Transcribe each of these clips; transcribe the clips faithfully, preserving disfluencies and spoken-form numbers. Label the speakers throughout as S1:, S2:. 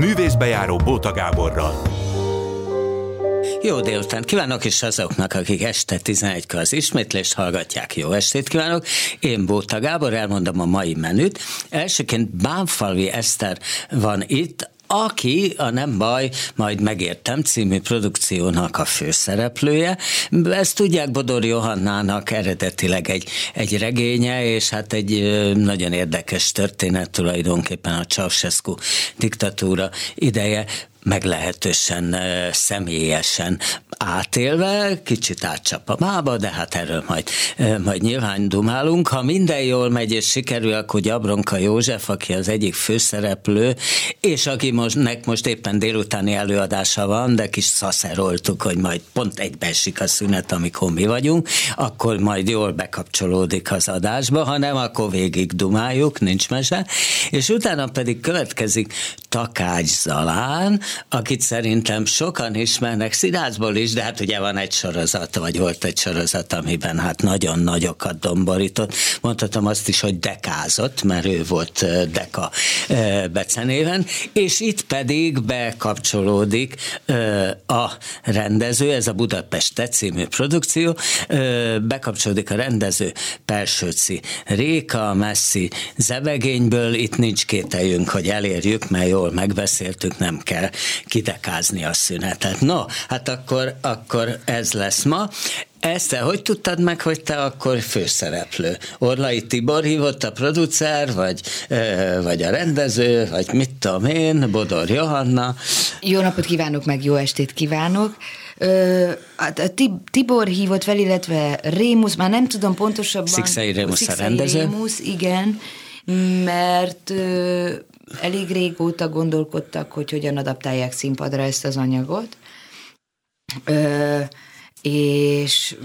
S1: Művészbejáró Bóta Gáborral.
S2: Jó délután kívánok, és azoknak, akik este tizenegykor az ismétlést hallgatják, jó estét kívánok. Én Bóta Gábor, elmondom a mai menüt. Elsőként Bánfalvi Eszter van itt, aki a Nem baj, majd megértem című produkciónak a főszereplője. Ezt tudják, Bodor Johannának eredetileg egy, egy regénye, és hát egy nagyon érdekes történet tulajdonképpen a Ceausescu diktatúra ideje, meglehetősen személyesen átélve, kicsit átcsap a mába, de hát erről majd, majd nyilván dumálunk. Ha minden jól megy és sikerül, akkor Gyabronka József, aki az egyik főszereplő, és akinek most éppen délutáni előadása van, de kis szaszeroltuk, hogy majd pont egybeesik a szünet, amikor mi vagyunk, akkor majd jól bekapcsolódik az adásba, ha nem, akkor végig dumáljuk, nincs mese. És utána pedig következik Takács Zalán, akit szerintem sokan ismernek színházból is, de hát ugye van egy sorozat, vagy volt egy sorozat, amiben hát nagyon nagyokat domborított. Mondhatom azt is, hogy dekázott, mert ő volt Deka becenéven, és itt pedig bekapcsolódik a rendező, ez a Budapest című produkció, bekapcsolódik a rendező Pelsőci Réka, Messzi Zebegényből, itt nincs kételjünk, hogy elérjük, mert jól megbeszéltük, nem kell kidekázni a szünetet. No, hát akkor, akkor ez lesz ma. Ezt te hogy tudtad meg, hogy te akkor főszereplő? Orlai Tibor hívott a producer, vagy, vagy a rendező, vagy mit tudom én, Bodor Johanna?
S3: Jó napot kívánok, meg jó estét kívánok. Tibor hívott fel, illetve Rémusz, már nem tudom pontosabban.
S2: Szikszai Rémusz a rendező.
S3: Rémusz, igen, mert elég régóta gondolkodtak, hogy hogyan adaptálják színpadra ezt az anyagot, Ö, és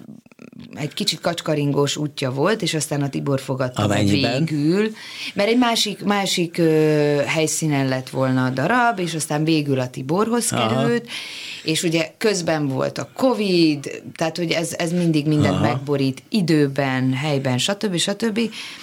S3: egy kicsit kacskaringós útja volt, és aztán a Tibor fogadta végül, mert egy másik, másik ö, helyszínen lett volna a darab, és aztán végül a Tiborhoz Aha. került, és ugye közben volt a Covid, tehát hogy ez, ez mindig mindent Aha. megborít időben, helyben, stb. stb.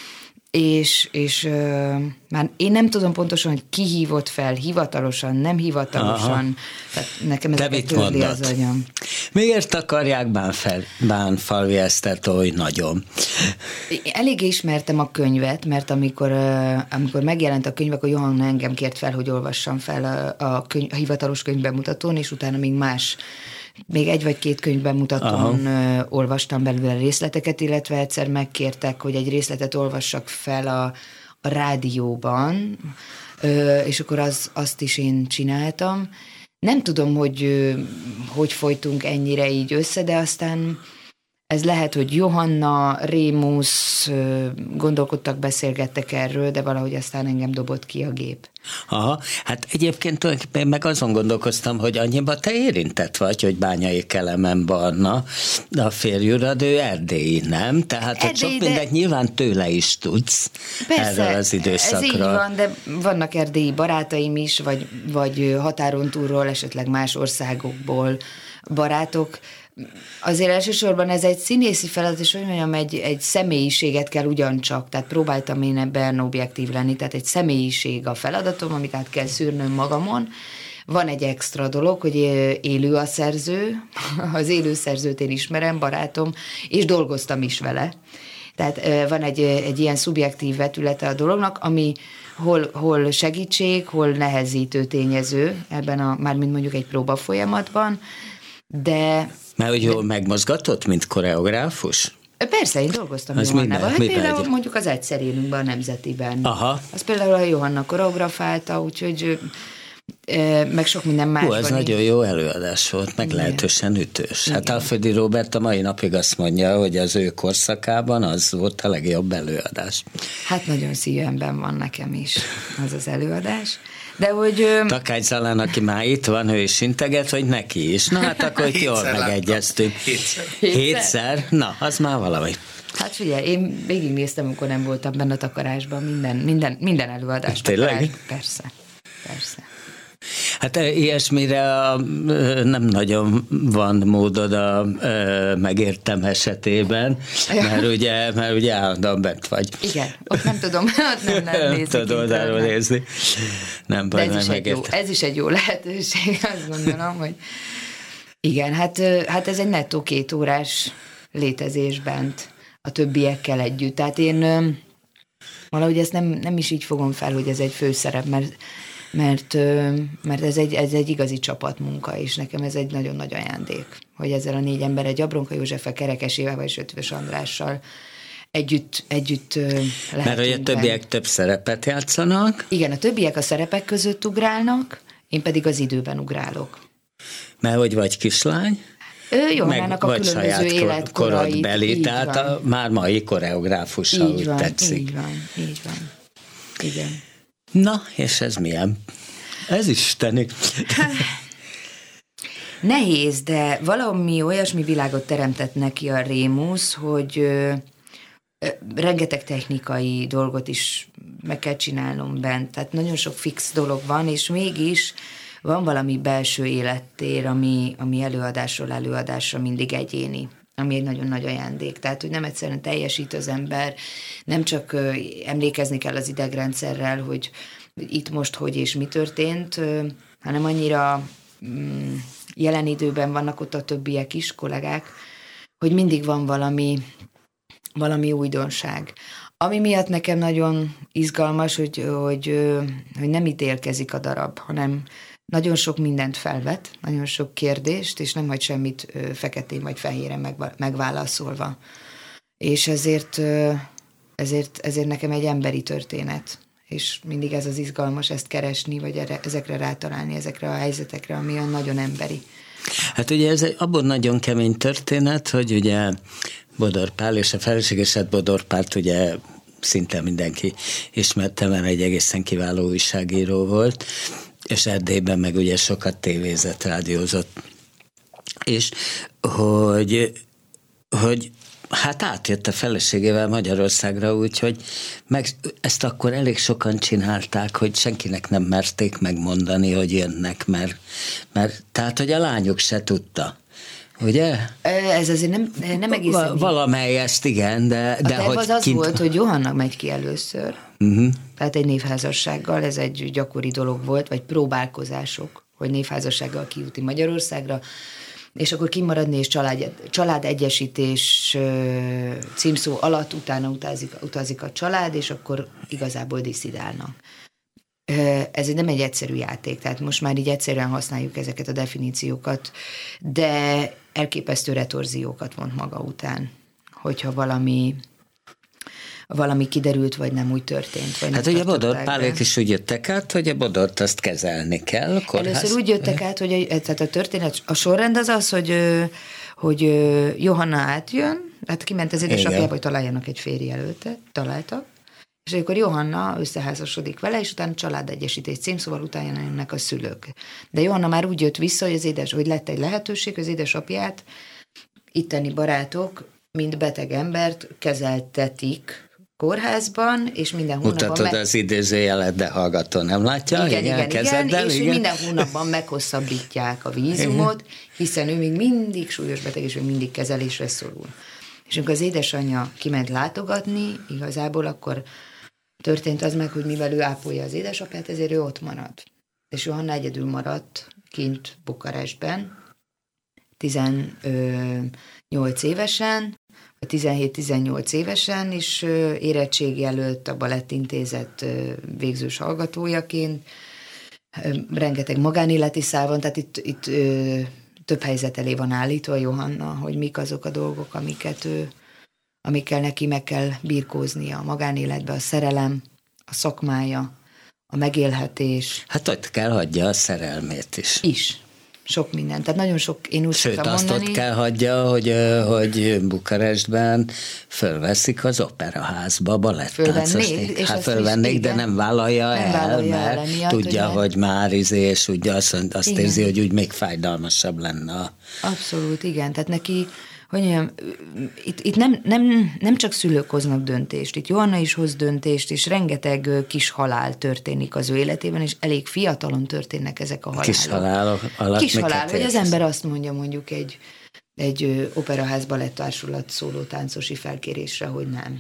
S3: És, és uh, már én nem tudom pontosan, hogy ki hívott fel, hivatalosan, nem hivatalosan, Aha. tehát nekem ez törli az agyam.
S2: Miért akarják Bánfel, Bánfalvi Esztert oly nagyon?
S3: Eléggé ismertem a könyvet, mert amikor, uh, amikor megjelent a könyv, akkor Johanna engem kért fel, hogy olvassam fel a, a, könyv, a hivatalos könyvbemutatón, és utána még más még egy vagy két könyvben mutatón Aha. olvastam belőle részleteket, illetve egyszer megkértek, hogy egy részletet olvassak fel a, a rádióban, és akkor az, azt is én csináltam. Nem tudom, hogy hogy folytunk ennyire így össze, de aztán ez lehet, hogy Johanna, Rémusz gondolkodtak, beszélgettek erről, de valahogy aztán engem dobott ki a gép.
S2: Aha, hát egyébként tulajdonképpen meg azon gondolkoztam, hogy annyiba te érintett vagy, hogy Bányai Kelemen Barna, a férjurad, ő erdélyi, nem? Tehát Erdély, sok de... mindent nyilván tőle is tudsz Persze, erről az időszakról.
S3: Ez így van, de vannak erdélyi barátaim is, vagy, vagy határon túlról, esetleg más országokból barátok. Azért elsősorban ez egy színészi feladat, és hogy mondjam, egy, egy személyiséget kell ugyancsak, tehát próbáltam én ebben objektív lenni, tehát egy személyiség a feladatom, amit át kell szűrnöm magamon. Van egy extra dolog, hogy élő a szerző, az élő szerzőt én ismerem, barátom, és dolgoztam is vele. Tehát van egy, egy ilyen szubjektív vetülete a dolognak, ami hol, hol segítség, hol nehezítő tényező ebben a, mármint mondjuk egy próba folyamatban, de...
S2: Mert hogy jól megmozgatott, mint koreográfus?
S3: Persze, én dolgoztam az Johannával. Hát például egy? mondjuk az Egyszer élünkben, a Nemzetiben. Aha. Az például a Johanna koreografálta, úgyhogy meg sok minden másban.
S2: Hú, ez nagyon jó előadás volt, meglehetősen ütős. Hát Alföldi Róbert a mai napig azt mondja, hogy az ő korszakában az volt a legjobb előadás.
S3: Hát nagyon szívemben van nekem is az az előadás. De hogy...
S2: Takács Zalán, aki már itt van, ő is integet, hogy neki is. Na hát akkor itt jól megegyeztünk.
S3: Hétszer.
S2: Hétszer? Na, az már valami.
S3: Hát figyelj, én végignéztem, amikor nem voltam benne a takarásban, minden, minden, minden előadást.
S2: Tényleg?
S3: Persze, persze.
S2: Hát ilyesmire a, nem nagyon van módod a megértem esetében, mert ugye, mert ugye állandóan bent vagy.
S3: Igen, ott nem tudom, ott nem, nem nézik.
S2: Nem tudod oldalról nézni. Nem baj,
S3: ez, is egy jó, ez is egy jó lehetőség, azt gondolom, hogy igen, hát, hát ez egy nettó két órás létezés bent a többiekkel együtt. Tehát én valahogy ezt nem, nem is így fogom fel, hogy ez egy főszerep, mert, mert, mert ez, egy, ez egy igazi csapatmunka, és nekem ez egy nagyon nagy ajándék, hogy ezzel a négy ember, egy Abronka Józseffel, Kerekesével vagy Ötvös Andrással együtt, együtt lehetünk.
S2: Mert hogy a többiek több szerepet játszanak.
S3: Igen, a többiek a szerepek között ugrálnak, én pedig az időben ugrálok.
S2: Mert hogy vagy kislány,
S3: ő Johannának a különböző életkorait.
S2: Tehát a már mai koreográfusa, úgy
S3: van,
S2: tetszik.
S3: Így van, így van. Igen.
S2: Na, és ez milyen? Ez isteni.
S3: Nehéz, de valami olyasmi világot teremtett neki a Rémusz, hogy ö, ö, rengeteg technikai dolgot is meg kell csinálnom bent. Tehát nagyon sok fix dolog van, és mégis van valami belső élettér, ami, ami előadásról előadásra mindig egyéni, ami egy nagyon nagy ajándék. Tehát, hogy nem egyszerűen teljesít az ember, nem csak ö, emlékezni kell az idegrendszerrel, hogy itt most hogy és mi történt, ö, hanem annyira mm, jelen időben vannak ott a többiek is, kollégák, hogy mindig van valami, valami újdonság. Ami miatt nekem nagyon izgalmas, hogy, hogy, hogy nem ítélkezik a darab, hanem nagyon sok mindent felvet, nagyon sok kérdést, és nem hagy semmit feketén vagy fehéren megválaszolva. És ezért, ezért, ezért nekem egy emberi történet. És mindig ez az izgalmas ezt keresni, vagy erre, ezekre rátalálni, ezekre a helyzetekre, ami olyan nagyon emberi.
S2: Hát ugye ez egy abban nagyon kemény történet, hogy ugye Bodor Pál és a feleségeset Bodor Pált ugye szinte mindenki ismerte, mert egy egészen kiváló újságíró volt, és Erdélyben meg ugye sokat tévézett, rádiózott. És hogy, hogy hát átjött a feleségével Magyarországra, úgyhogy meg ezt akkor elég sokan csinálták, hogy senkinek nem merték megmondani, hogy jönnek, mert, mert tehát, hogy a lányok se tudta. Ugye?
S3: Ez azért nem, nem egészen...
S2: Va- valamely ezt igen, de... de
S3: hogy az az kint... volt, hogy Johanna megy ki először. Uh-huh. Tehát egy névházassággal, ez egy gyakori dolog volt, vagy próbálkozások, hogy névházassággal kijutni Magyarországra, és akkor kimaradni, és család, családegyesítés címszó alatt utána utazik, utazik a család, és akkor igazából diszidálnak. Ez nem egy egyszerű játék, tehát most már így egyszerűen használjuk ezeket a definíciókat, de elképesztő retorziókat vont maga után, hogyha valami, valami kiderült, vagy nem úgy történt. Vagy
S2: hát ugye Bodor Pálék is úgy jöttek át, hogy a Bodort azt kezelni kell. Kórház...
S3: Először úgy jöttek át, hogy a, tehát a történet, a sorrend az az, hogy, hogy Johanna átjön, hát kiment az édesapjába, hogy találjanak egy férjelöltet, találtak, és akkor Johanna összeházasodik vele, és utána családegyesítés címszóval utána jönnek a szülők. De Johanna már úgy jött vissza, hogy, az édes, hogy lett egy lehetőség, az édesapját itteni barátok, mint beteg embert kezeltetik kórházban, és minden hónapban...
S2: Mutatod meg... az idézőjelet, de hallgató nem látja.
S3: Igen, igen, igen, igen, és igen. minden hónapban meghosszabbítják a vízumot, hiszen ő még mindig súlyos beteg, és még mindig kezelésre szorul. És amikor az édesanyja kiment látogatni, igazából akkor történt az meg, hogy mivel ő ápolja az édesapját, ezért ő ott maradt. És Johanna egyedül maradt kint Bukarestben, tizennyolc évesen, vagy tizenhét-tizennyolc évesen, és érettségi előtt a Balettintézet végzős hallgatójaként, rengeteg magánéleti szál van, tehát itt, itt több helyzet elé van állítva Johanna, hogy mik azok a dolgok, amiket ő, amikkel neki meg kell birkóznia a magánéletbe, a szerelem, a szakmája, a megélhetés.
S2: Hát ott kell hagyja a szerelmét is.
S3: Is. Sok minden. Tehát nagyon sok, én úgy
S2: Sőt,
S3: szoktam
S2: azt
S3: mondani.
S2: ott kell hagyja, hogy, hogy Bukarestben fölveszik az operaházba balettáncost. Hát fölvennék, de nem vállalja nem el, vállalja mert el, emiatt, tudja, hogy, hogy már izé, és úgy azt, azt érzi, hogy úgy még fájdalmasabb lenne.
S3: Abszolút, igen. Tehát neki, hogy mondjam, itt, itt nem, nem, nem csak szülők hoznak döntést, itt Joanna is hoz döntést, és rengeteg kis halál történik az ő életében, és elég fiatalon történnek ezek a halálok.
S2: Kis halálok alatt
S3: Kis halál, hogy az ember azt mondja mondjuk egy, egy operaház baletttársulat szóló táncosi felkérésre, hogy nem.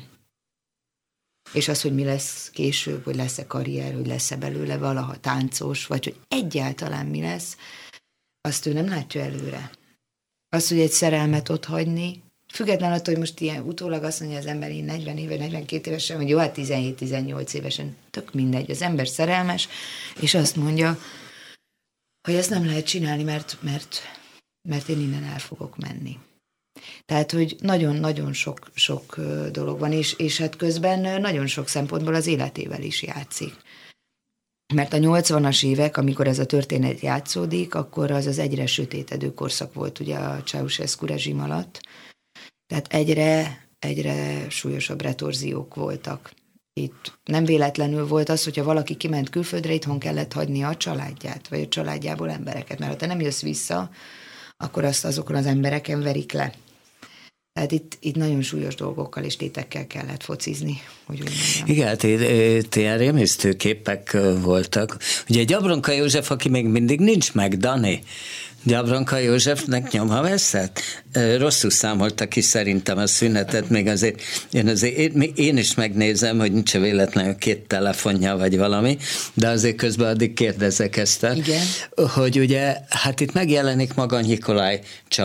S3: És az, hogy mi lesz később, hogy lesz-e karrier, hogy lesz-e belőle valaha táncos, vagy hogy egyáltalán mi lesz, azt ő nem látja előre. Az, hogy egy szerelmet ott hagyni, függetlenül attól, hogy most ilyen utólag azt mondja az ember, én negyven éve, negyvenkét évesen, hogy jó, hát tizenhét-tizennyolc évesen, tök mindegy, az ember szerelmes, és azt mondja, hogy ezt nem lehet csinálni, mert, mert, mert én innen el fogok menni. Tehát, hogy nagyon-nagyon sok, sok dolog van, és, és hát közben nagyon sok szempontból az életével is játszik. Mert a nyolcvanas évek, amikor ez a történet játszódik, akkor az az egyre sötétedő korszak volt ugye a Ceausescu rezsim alatt. Tehát egyre, egyre súlyosabb retorziók voltak. Itt nem véletlenül volt az, hogyha valaki kiment külföldre, itthon kellett hagynia a családját, vagy a családjából embereket. Mert ha te nem jössz vissza, akkor azt azokon az embereken verik le. Tehát itt, itt nagyon súlyos dolgokkal és tétekkel kellett focizni, hogy úgy mondjam.
S2: Igen, hát itt ilyen rémisztő képek voltak. Ugye Gyabronka József, aki még mindig nincs meg, Dani, Gyabronka Józsefnek nyoma veszett? Rosszul számoltak ki szerintem a szünetet, még azért én, azért én, én is megnézem, hogy nincs véletlenül két telefonja vagy valami, de azért közben addig kérdezek ezt el,
S3: igen.
S2: Hogy ugye, hát itt megjelenik maga Nyikolaj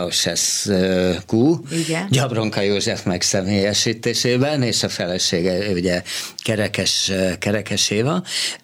S2: Ceausescu, Gyabronka József megszemélyesítésében, és a felesége ugye Kerekes, Kerekes Éva,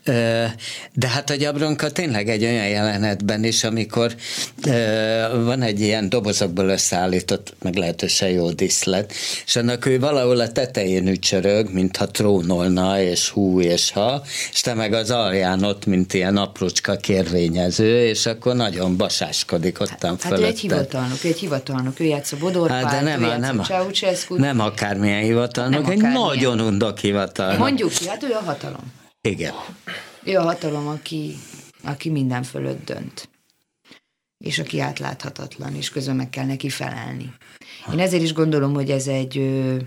S2: de hát a Gyabronka tényleg egy olyan jelenetben is, amikor van egy ilyen dobozokból összeállított, meglehetősen jó díszlet, és annak ő valahol a tetején ücsörög, mintha trónolna, és hú, és ha, és te meg az alján ott, mint ilyen aprócska kérvényező, és akkor nagyon basáskodik ottan
S3: hát, hát ő egy hivatalnok, ő egy hivatalnok, ő játsz a Bodor Pált, hát,
S2: nem,
S3: ő játsz
S2: nem,
S3: a Ceausescu.
S2: Nem akármilyen hivatalnok, egy nagyon undok hivatalnok.
S3: Mondjuk ki, hát ő a hatalom.
S2: Igen.
S3: Ő a hatalom, aki, aki minden fölött dönt. És aki átláthatatlan, és közben meg kell neki felelni. Én ezért is gondolom, hogy ez egy...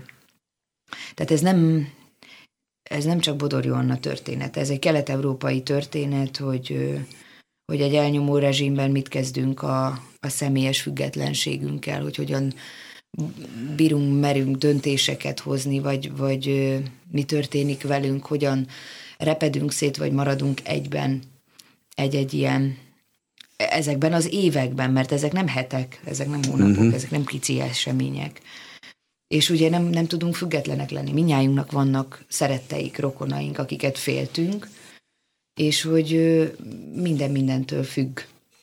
S3: Tehát ez nem, ez nem csak Bodor Joanna történet, ez egy kelet-európai történet, hogy, hogy egy elnyomó rezsimben mit kezdünk a, a személyes függetlenségünkkel, hogy hogyan bírunk, merünk döntéseket hozni, vagy, vagy mi történik velünk, hogyan repedünk szét, vagy maradunk egyben egy-egy ilyen ezekben az években, mert ezek nem hetek, ezek nem hónapok, uh-huh. ezek nem pici események. És ugye nem, nem tudunk függetlenek lenni. Mindnyájunknak vannak szeretteik, rokonaink, akiket féltünk, és hogy minden mindentől függ.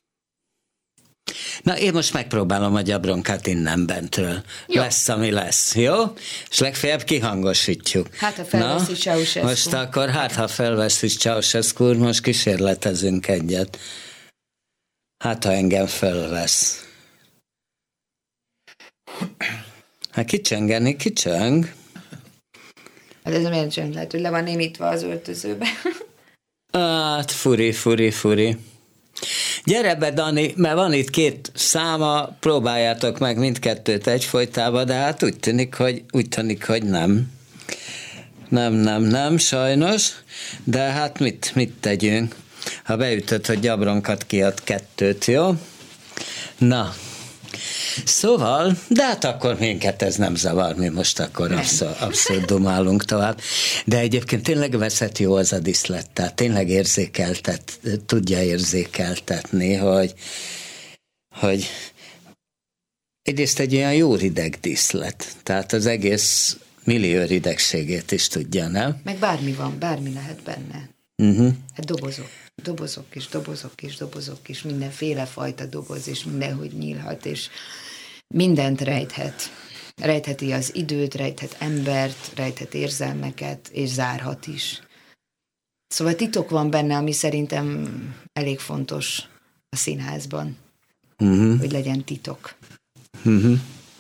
S2: Na, én most megpróbálom a Gyabronkát innen bentről. Jó. Lesz, ami lesz, jó? És legfeljebb kihangosítjuk.
S3: Hát, ha felveszi Ceausescu.
S2: Most akkor, hát, ha felveszi Ceausescu, most kísérletezünk egyet. Hát, ha engem felvesz. Hát kicsengeni, kicseng.
S3: Hát ez milyen csöng lehet, hogy le van némítva az öltözőbe.
S2: Hát, furi, furi, furi. Gyere be, Dani, mert van itt két száma, próbáljátok meg mindkettőt egyfolytában, de hát úgy tűnik, hogy, úgy tűnik, hogy nem. Nem, nem, nem, sajnos, de hát mit, mit tegyünk? Ha beütött, hogy Gyabronkat kiad kettőt, jó? Na, szóval, de hát akkor minket ez nem zavar, mi most akkor abszol, abszolút dumálunk tovább. De egyébként tényleg veszett jó az a diszlet, tehát tényleg érzékeltet, tudja érzékeltetni, hogy, hogy egyrészt egy olyan jó rideg diszlet, tehát az egész millió ridegségét is tudja, nem?
S3: Meg bármi van, bármi lehet benne.
S2: Uh-huh.
S3: Hát dobozok. Dobozok és dobozok és dobozok és mindenféle fajta doboz, és mindenhogy nyílhat, és mindent rejthet. Rejtheti az időt, rejthet embert, rejthet érzelmeket, és zárhat is. Szóval titok van benne, ami szerintem elég fontos a színházban, uh-huh. hogy legyen titok.
S2: Uh-huh.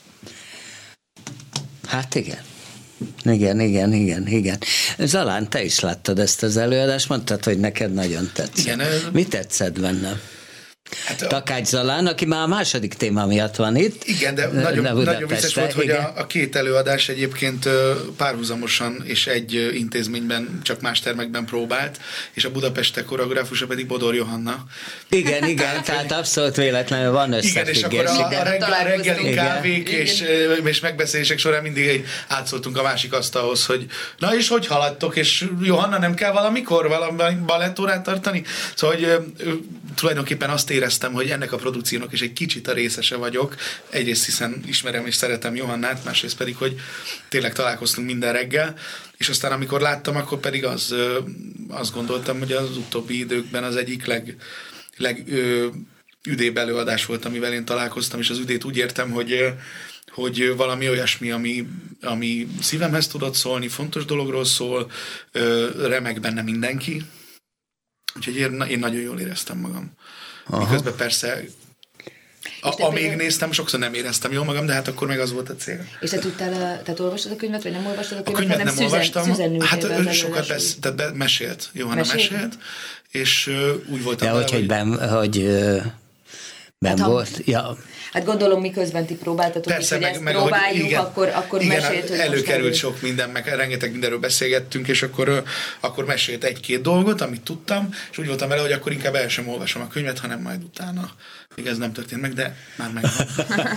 S2: Hát igen. Igen, igen, igen, igen. Zalán, te is láttad ezt az előadást, mondtad, hogy neked nagyon tetszett. Igen, ez... Mi tetszett benne? hát Takács Zalán, aki már a második téma miatt van itt.
S4: Igen, de nagyon, nagyon vicces volt, hogy a, a két előadás egyébként párhuzamosan és egy intézményben, csak más termekben próbált, és a Budapeste koreográfusa pedig Bodor Johanna.
S2: Igen, igen, tehát abszolút véletlenül van összefüggés.
S4: Igen, és akkor a, a, reggel, a reggeli kávék és, és megbeszélések során mindig átszóltunk a másik asztalhoz, hogy na és hogy haladtok, és Johanna, nem kell valamikor valami balettórát tartani? Szóval, hogy tulajdonképpen azt éreztem, hogy ennek a produkciónak is egy kicsit a részese vagyok. Egyrészt hiszen ismerem és szeretem Johannát, másrészt pedig, hogy tényleg találkoztunk minden reggel, és aztán amikor láttam, akkor pedig az, azt gondoltam, hogy az utóbbi időkben az egyik leg, leg ö, üdébb előadás volt, amivel én találkoztam, és az üdét úgy értem, hogy hogy valami olyasmi, ami, ami szívemhez tudott szólni, fontos dologról szól, remek benne mindenki. Úgyhogy én, én nagyon jól éreztem magam. Aha. Miközben persze, a, amíg például... néztem, sokszor nem éreztem jól magam, de hát akkor meg az volt a cél.
S3: És te tudtál, a, tehát olvastad a könyvet, vagy nem olvastad a könyvet?
S4: A könyvet nem szüzen, olvastam. Hát ő sokat besz, tehát be, mesélt. Johanna mesélt? mesélt, és uh, úgy voltam
S2: ja,
S4: vele,
S2: hogy... hogy, ben, hogy uh, ben hát, volt, ja.
S3: Hát gondolom, miközben ti próbáltatok,
S4: persze,
S3: és
S4: meg,
S3: hogy
S4: meg,
S3: ezt próbáljuk,
S4: hogy igen,
S3: akkor, akkor
S4: igen,
S3: mesélt, hogy
S4: előkerült sok minden, meg rengeteg mindenről beszélgettünk, és akkor, akkor mesélt egy-két dolgot, amit tudtam, és úgy voltam vele, hogy akkor inkább el sem olvasom a könyvet, hanem majd utána. Még ez nem történt meg, de már megvan.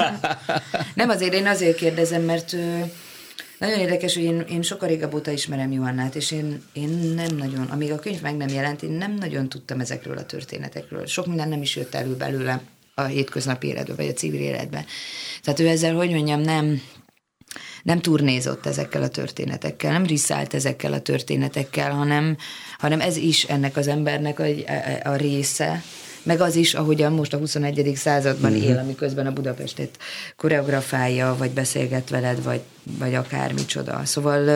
S3: Nem azért, én azért kérdezem, mert nagyon érdekes, hogy én, én sokkal régebb óta ismerem Johannát, és én, én nem nagyon, amíg a könyv meg nem jelent, én nem nagyon tudtam ezekről a történetekről. Sok minden nem is jött elő belőle a hétköznapi életben, vagy a civil életben. Tehát ő ezzel, hogy mondjam, nem, nem turnézott ezekkel a történetekkel, nem riszált ezekkel a történetekkel, hanem, hanem ez is ennek az embernek a, a, a része, meg az is, ahogyan most a huszonegyedik században mm-hmm. él, amiközben a Budapestet koreografálja, vagy beszélget veled, vagy, vagy akármicsoda. Szóval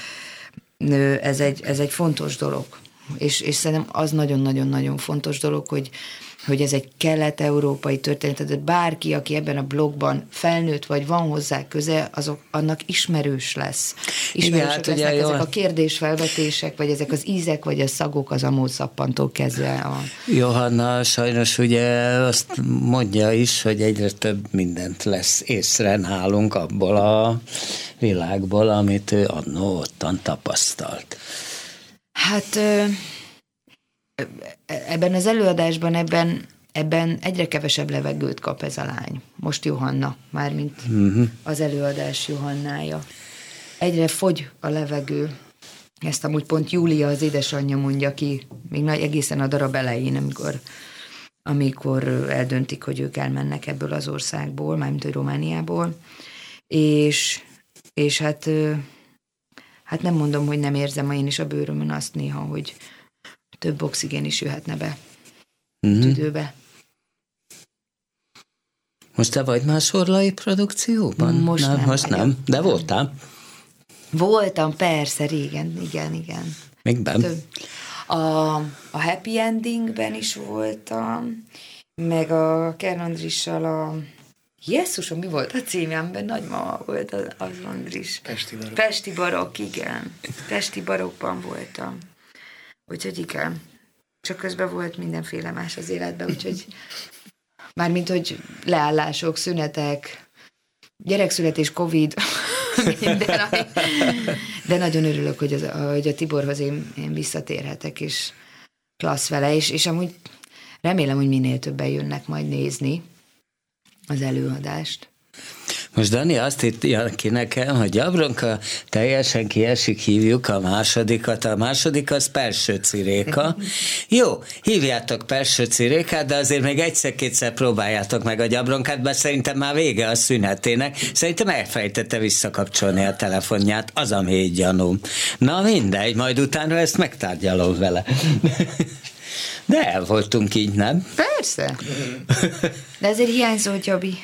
S3: ez egy, ez egy fontos dolog. És, és szerintem az nagyon-nagyon-nagyon fontos dolog, hogy hogy ez egy kelet-európai történet, tehát bárki, aki ebben a blogban felnőtt, vagy van hozzá köze, azok, annak ismerős lesz. Ismerősek hát lesznek ezek a kérdésfelvetések, vagy ezek az ízek, vagy a szagok az amószappantól kezdve. A...
S2: Johanna sajnos ugye azt mondja is, hogy egyre több mindent lesz észre nálunk abból a világból, amit ő annó ottan tapasztalt.
S3: Hát... ebben az előadásban ebben, ebben egyre kevesebb levegőt kap ez a lány. Most Johanna, mármint uh-huh. az előadás Johannája. Egyre fogy a levegő. Ezt amúgy pont Júlia, az édesanyja mondja ki, még nagy, egészen a darab elején, amikor, amikor eldöntik, hogy ők elmennek ebből az országból, mármint hogy Romániából. És, és hát, hát nem mondom, hogy nem érzem én is a bőrömön azt néha, hogy több oxigén is jöhetne be uh-huh. tüdőbe.
S2: Most te vagy más orlai produkcióban?
S3: Most
S2: nem.
S3: nem.
S2: Most nem, de voltál.
S3: Voltam, persze, régen, igen, igen.
S2: Mikben?
S3: A, a Happy Endingben is voltam, meg a Kern Andrissal a... Jesszusom, mi volt a címemben? Nagymama volt az, az Andris.
S4: Pesti barok.
S3: Pesti barok, igen. Pesti barokban voltam. Úgyhogy igen. Csak közben volt mindenféle más az életben, úgyhogy mármint, hogy leállások, szünetek, gyerekszületés, Covid, minden, ami, de nagyon örülök, hogy, az, hogy a Tiborhoz én, én visszatérhetek, és klassz vele, és, és amúgy remélem, hogy minél többen jönnek majd nézni az előadást.
S2: Most Dani azt írja ki nekem, hogy Jabronka teljesen kiesik, hívjuk a másodikat. A második az Pelső Ciréka. Jó, hívjátok Pelső Cirékát, de azért még egyszer-kétszer próbáljátok meg a Jabronkát, mert szerintem már vége a szünetének. Szerintem elfelejtette visszakapcsolni a telefonját, az a mély gyanúm. Na mindegy, majd utána ezt megtárgyalom vele. De el voltunk így, nem?
S3: Persze. De ezért hiányzó, Gyabi.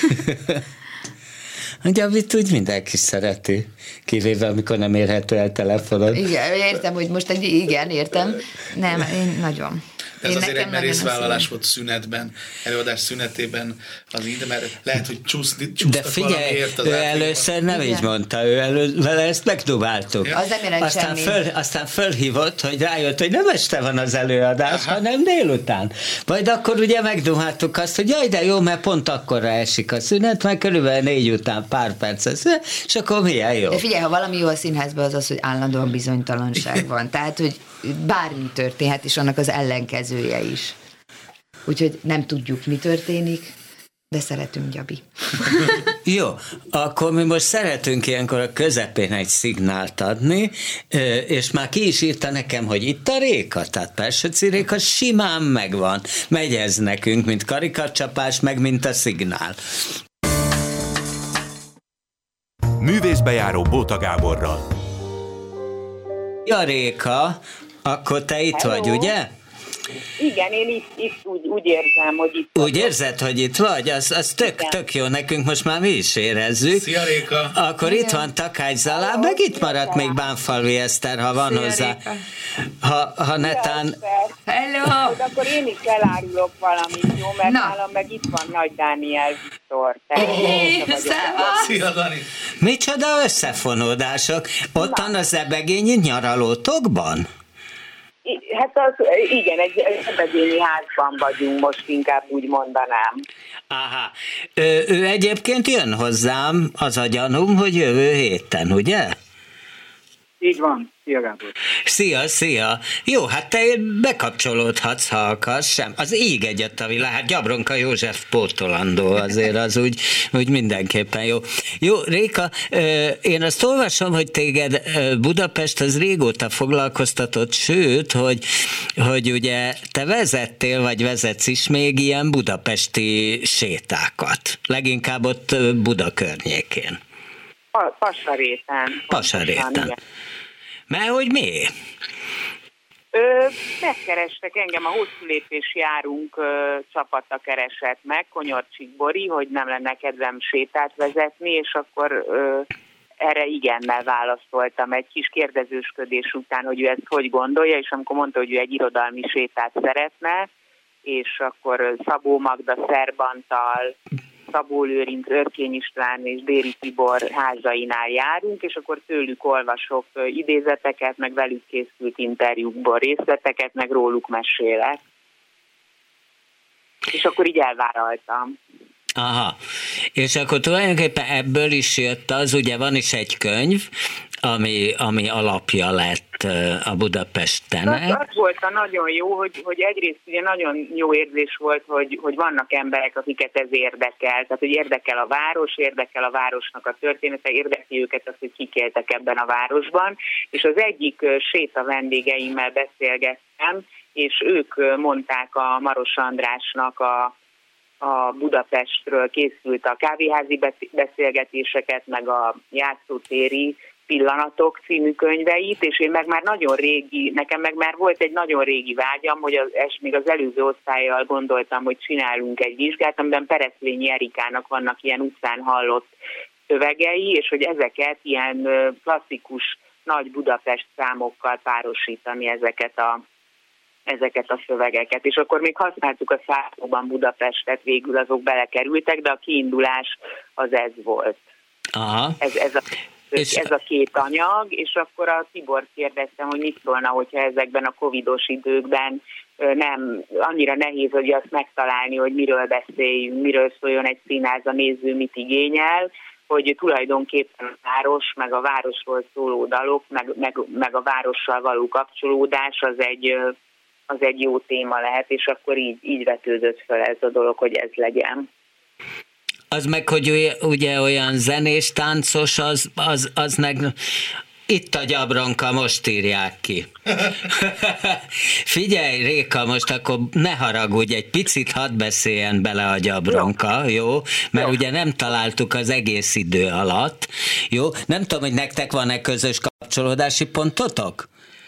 S2: A Gyabit úgy mindenki szereti, kivéve amikor nem érhető el telefonon.
S3: Igen, értem, hogy most egy, igen, értem. Nem, én nagyon.
S4: Ez azért egy merészvállalás volt szünetben, előadás szünetében az így, mert lehet, hogy csúszni, csúsztak
S2: de figyelj,
S4: valamiért az
S2: ő
S4: átvékban.
S2: először nem
S3: Igen.
S2: így mondta, ő elő, vele ezt megdobáltuk.
S4: Ja.
S3: Az nem jelent
S2: Aztán,
S3: semmi.
S2: föl, aztán fölhívott, hogy rájött, hogy nem este van az előadás, Aha. hanem délután. Majd akkor ugye megdumáltuk azt, hogy jaj, de jó, mert pont akkorra esik a szünet, mert körülbelül négy után pár perc szünet, és akkor milyen jó.
S3: De figyelj, ha valami jó a színházban, az az, hogy állandóan bizonytalanság van. Tehát, hogy bármi történhet, és annak az ellenkezője is. Úgyhogy nem tudjuk, mi történik, de szeretünk, Gyabi.
S2: Jó, akkor mi most szeretünk ilyenkor a közepén egy szignált adni, és már ki is írta nekem, hogy itt a Réka, tehát Persőci Réka simán megvan. Megy ez nekünk, mint karikacsapás, meg mint a szignál.
S1: Művészbejáró Bóta Gáborral.
S2: Ja, Réka, akkor te itt
S5: Hello.
S2: vagy, ugye?
S5: Igen, én itt, itt úgy, úgy érzem, hogy itt
S2: Úgy érzed, hogy itt vagy? Az, az tök, tök jó, nekünk most már mi is érezzük.
S4: Szia, Réka!
S2: Akkor itt van Takács Zalá, meg itt maradt még Bánfalvi Eszter, ha van
S3: Szia,
S2: hozzá.
S3: Réka.
S2: Ha, ha netán...
S3: Hello!
S5: De akkor én is elárulok valamit, jó? Mert
S3: Na.
S5: nálam meg itt van Nagy Dániel Viktor.
S3: Hé,
S5: Tehát
S3: szevasz!
S4: Szia, Dani!
S2: Micsoda összefonódások. Ottan az ebegényi nyaralótokban?
S5: I- Hát az, igen, egy ebedényi házban vagyunk most, inkább úgy mondanám.
S2: Aha. Ő, ő egyébként jön hozzám, az a gyanúm, hogy jövő héten, ugye?
S6: Így van, szia Gábor.
S2: Szia, szia. Jó, hát te bekapcsolódhatsz, ha akarsz, sem. Az ég egyet a világ, hát Gyabronka József pótolandó, azért az úgy, úgy mindenképpen jó. Jó, Réka, én azt olvasom, hogy téged Budapest az régóta foglalkoztatott, sőt, hogy, hogy ugye te vezettél, vagy vezetsz is még ilyen budapesti sétákat. Leginkább ott Buda környékén.
S5: Pa- Pasaréten.
S2: Pasaréten. Mert hogy mi?
S5: Ö, megkerestek engem, a Hosszú Lépés járunk ö, csapata keresett meg, Konyorcsik Bori, hogy nem lenne kedvem sétát vezetni, és akkor ö, erre igennel válaszoltam egy kis kérdezősködés után, hogy ő ezt hogy gondolja, és amikor mondta, hogy ő egy irodalmi sétát szeretne, és akkor Szabó Magda Szerbantal, Szabó Lőrinc, Örkény István és Déri Tibor házainál járunk, és akkor tőlük olvasok idézeteket, meg velük készült interjúkból részleteket, meg róluk mesélek. És akkor így elvállaltam.
S2: Aha. És akkor tulajdonképpen ebből is jött az, ugye van is egy könyv, ami, ami alapja lett a Budapesten.
S5: Az, az volt a nagyon jó, hogy, hogy egyrészt ugye nagyon jó érzés volt, hogy, hogy vannak emberek, akiket ez érdekel. Tehát, hogy érdekel a város, érdekel a városnak a története, érdekli őket az, hogy kik éltek ebben a városban. És az egyik séta vendégeimmel beszélgettem, és ők mondták a Maros Andrásnak a a Budapestről készült a kávéházi beszélgetéseket, meg a játszótéri pillanatok című könyveit, és én meg már nagyon régi, nekem meg már volt egy nagyon régi vágyam, hogy az, és még az előző osztályjal gondoltam, hogy csinálunk egy vizsgát, amiben Pereszvényi Erikának vannak ilyen utcán hallott szövegei, és hogy ezeket ilyen klasszikus nagy Budapest számokkal párosítani ezeket a ezeket a szövegeket. És akkor még használtuk a szállóban Budapestet, végül azok belekerültek, de a kiindulás az ez volt.
S2: Aha.
S5: Ez, ez, a,
S2: és...
S5: ez a két anyag, és akkor a Tibor kérdeztem, hogy mit szólna, hogyha ezekben a covidos időkben nem annyira nehéz, hogy azt megtalálni, hogy miről beszéljünk, miről szóljon egy színház, a néző mit igényel, hogy tulajdonképpen a város, meg a városról szóló dalok, meg, meg, meg a várossal való kapcsolódás az egy az egy jó téma lehet, és akkor így, így vetődött fel ez a dolog, hogy ez legyen.
S2: Az meg, hogy ugye, ugye olyan zenés, táncos, az, az, az meg itt a Gyabronka, most írják ki. Figyelj, Réka, most akkor ne haragudj, egy picit hadd beszéljen bele a Gyabronka, jó? jó? Mert jó. Ugye nem találtuk az egész idő alatt, jó? Nem tudom, hogy nektek van-e közös kapcsolódási pontotok?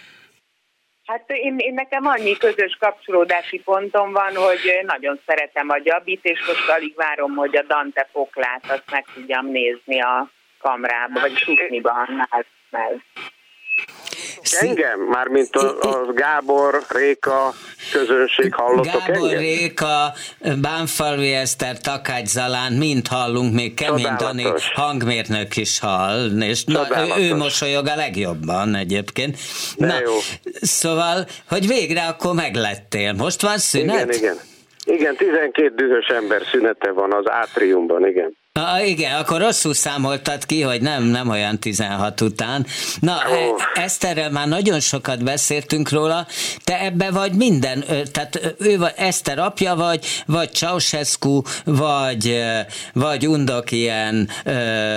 S5: Hát én, én nekem annyi közös kapcsolódási pontom van, hogy nagyon szeretem a Gyabit, és most alig várom, hogy a Dante Poklát azt meg tudjam nézni a kamrába, vagy Sukniban.
S7: Engem? Mármint a, a Gábor, Réka közönség hallottok
S2: Gábor,
S7: engem?
S2: Réka, Bánfalvi Eszter, Takács Zalán, mind hallunk, még Kemény Dani hangmérnök is hall, és na, ő, ő mosolyog a legjobban egyébként.
S7: De
S2: na,
S7: jó.
S2: Szóval, hogy végre akkor meglettél. Most van szünet?
S7: Igen, igen. Igen, tizenkét dühös ember szünete van az átriumban, igen.
S2: Ah, igen, akkor rosszul számoltad ki, hogy nem, nem olyan tizenhat után. Na, oh. Eszterrel már nagyon sokat beszéltünk róla, te ebbe vagy minden, tehát ő vagy Eszter apja vagy, vagy Ceausescu, vagy, vagy Undok ilyen uh,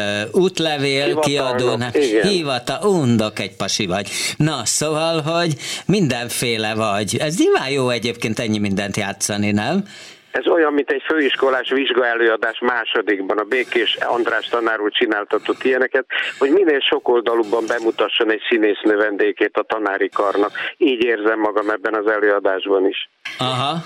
S2: útlevél kiadó, hivata, Undok egy pasi vagy. Na, szóval, hogy mindenféle vagy. Ez nyilván jó egyébként ennyi mindent játszani, nem?
S7: Ez olyan, mint egy főiskolás vizsgaelőadás másodikban, a Békés András tanár úr csináltatott ilyeneket, hogy minél sokoldalúbban bemutasson egy színésznő vendégét a tanári karnak. Így érzem magam ebben az előadásban is.
S2: Aha.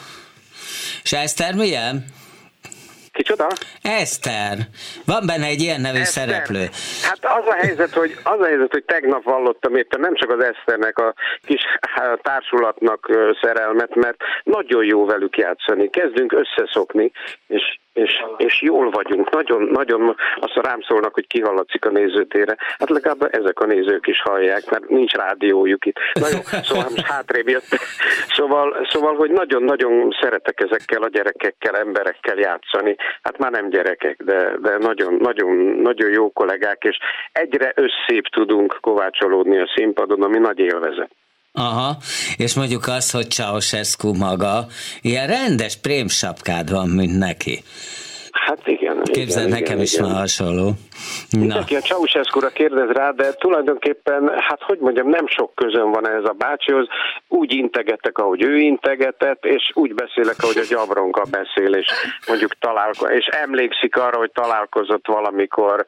S2: És Eszter milyen?
S7: Kicsoda?
S2: Eszter. Van benne egy ilyen nevű Eszter. Szereplő.
S7: Hát az a helyzet, hogy az a helyzet, hogy tegnap vallottam éppen nem csak az Eszternek, a kis társulatnak szerelmet, mert nagyon jó velük játszani. Kezdünk összeszokni, és És, és jól vagyunk, nagyon, nagyon, azt rám szólnak, hogy kihallatszik a nézőtérre. Hát legalább ezek a nézők is hallják, mert nincs rádiójuk itt. Na jó, szóval most hátrébb jött. Szóval, szóval, hogy nagyon-nagyon szeretek ezekkel a gyerekekkel, emberekkel játszani. Hát már nem gyerekek, de, de nagyon, nagyon, nagyon jó kollégák, és egyre összébb tudunk kovácsolódni a színpadon, ami nagy élvezet.
S2: Aha, és mondjuk azt, hogy Ceausescu maga, ilyen rendes prémsapkád van, mint neki.
S7: Hát igen.
S2: Képzeld,
S7: igen,
S2: nekem
S7: igen,
S2: is
S7: igen.
S2: van hasonló.
S7: Mindenki a Ceausescu-ra kérdez rá, de tulajdonképpen, hát hogy mondjam, nem sok közön van ehhez a bácsihoz. Úgy integetek, ahogy ő integetett, és úgy beszélek, ahogy a Gyabronka beszél, és mondjuk találkozik, és emlékszik arra, hogy találkozott valamikor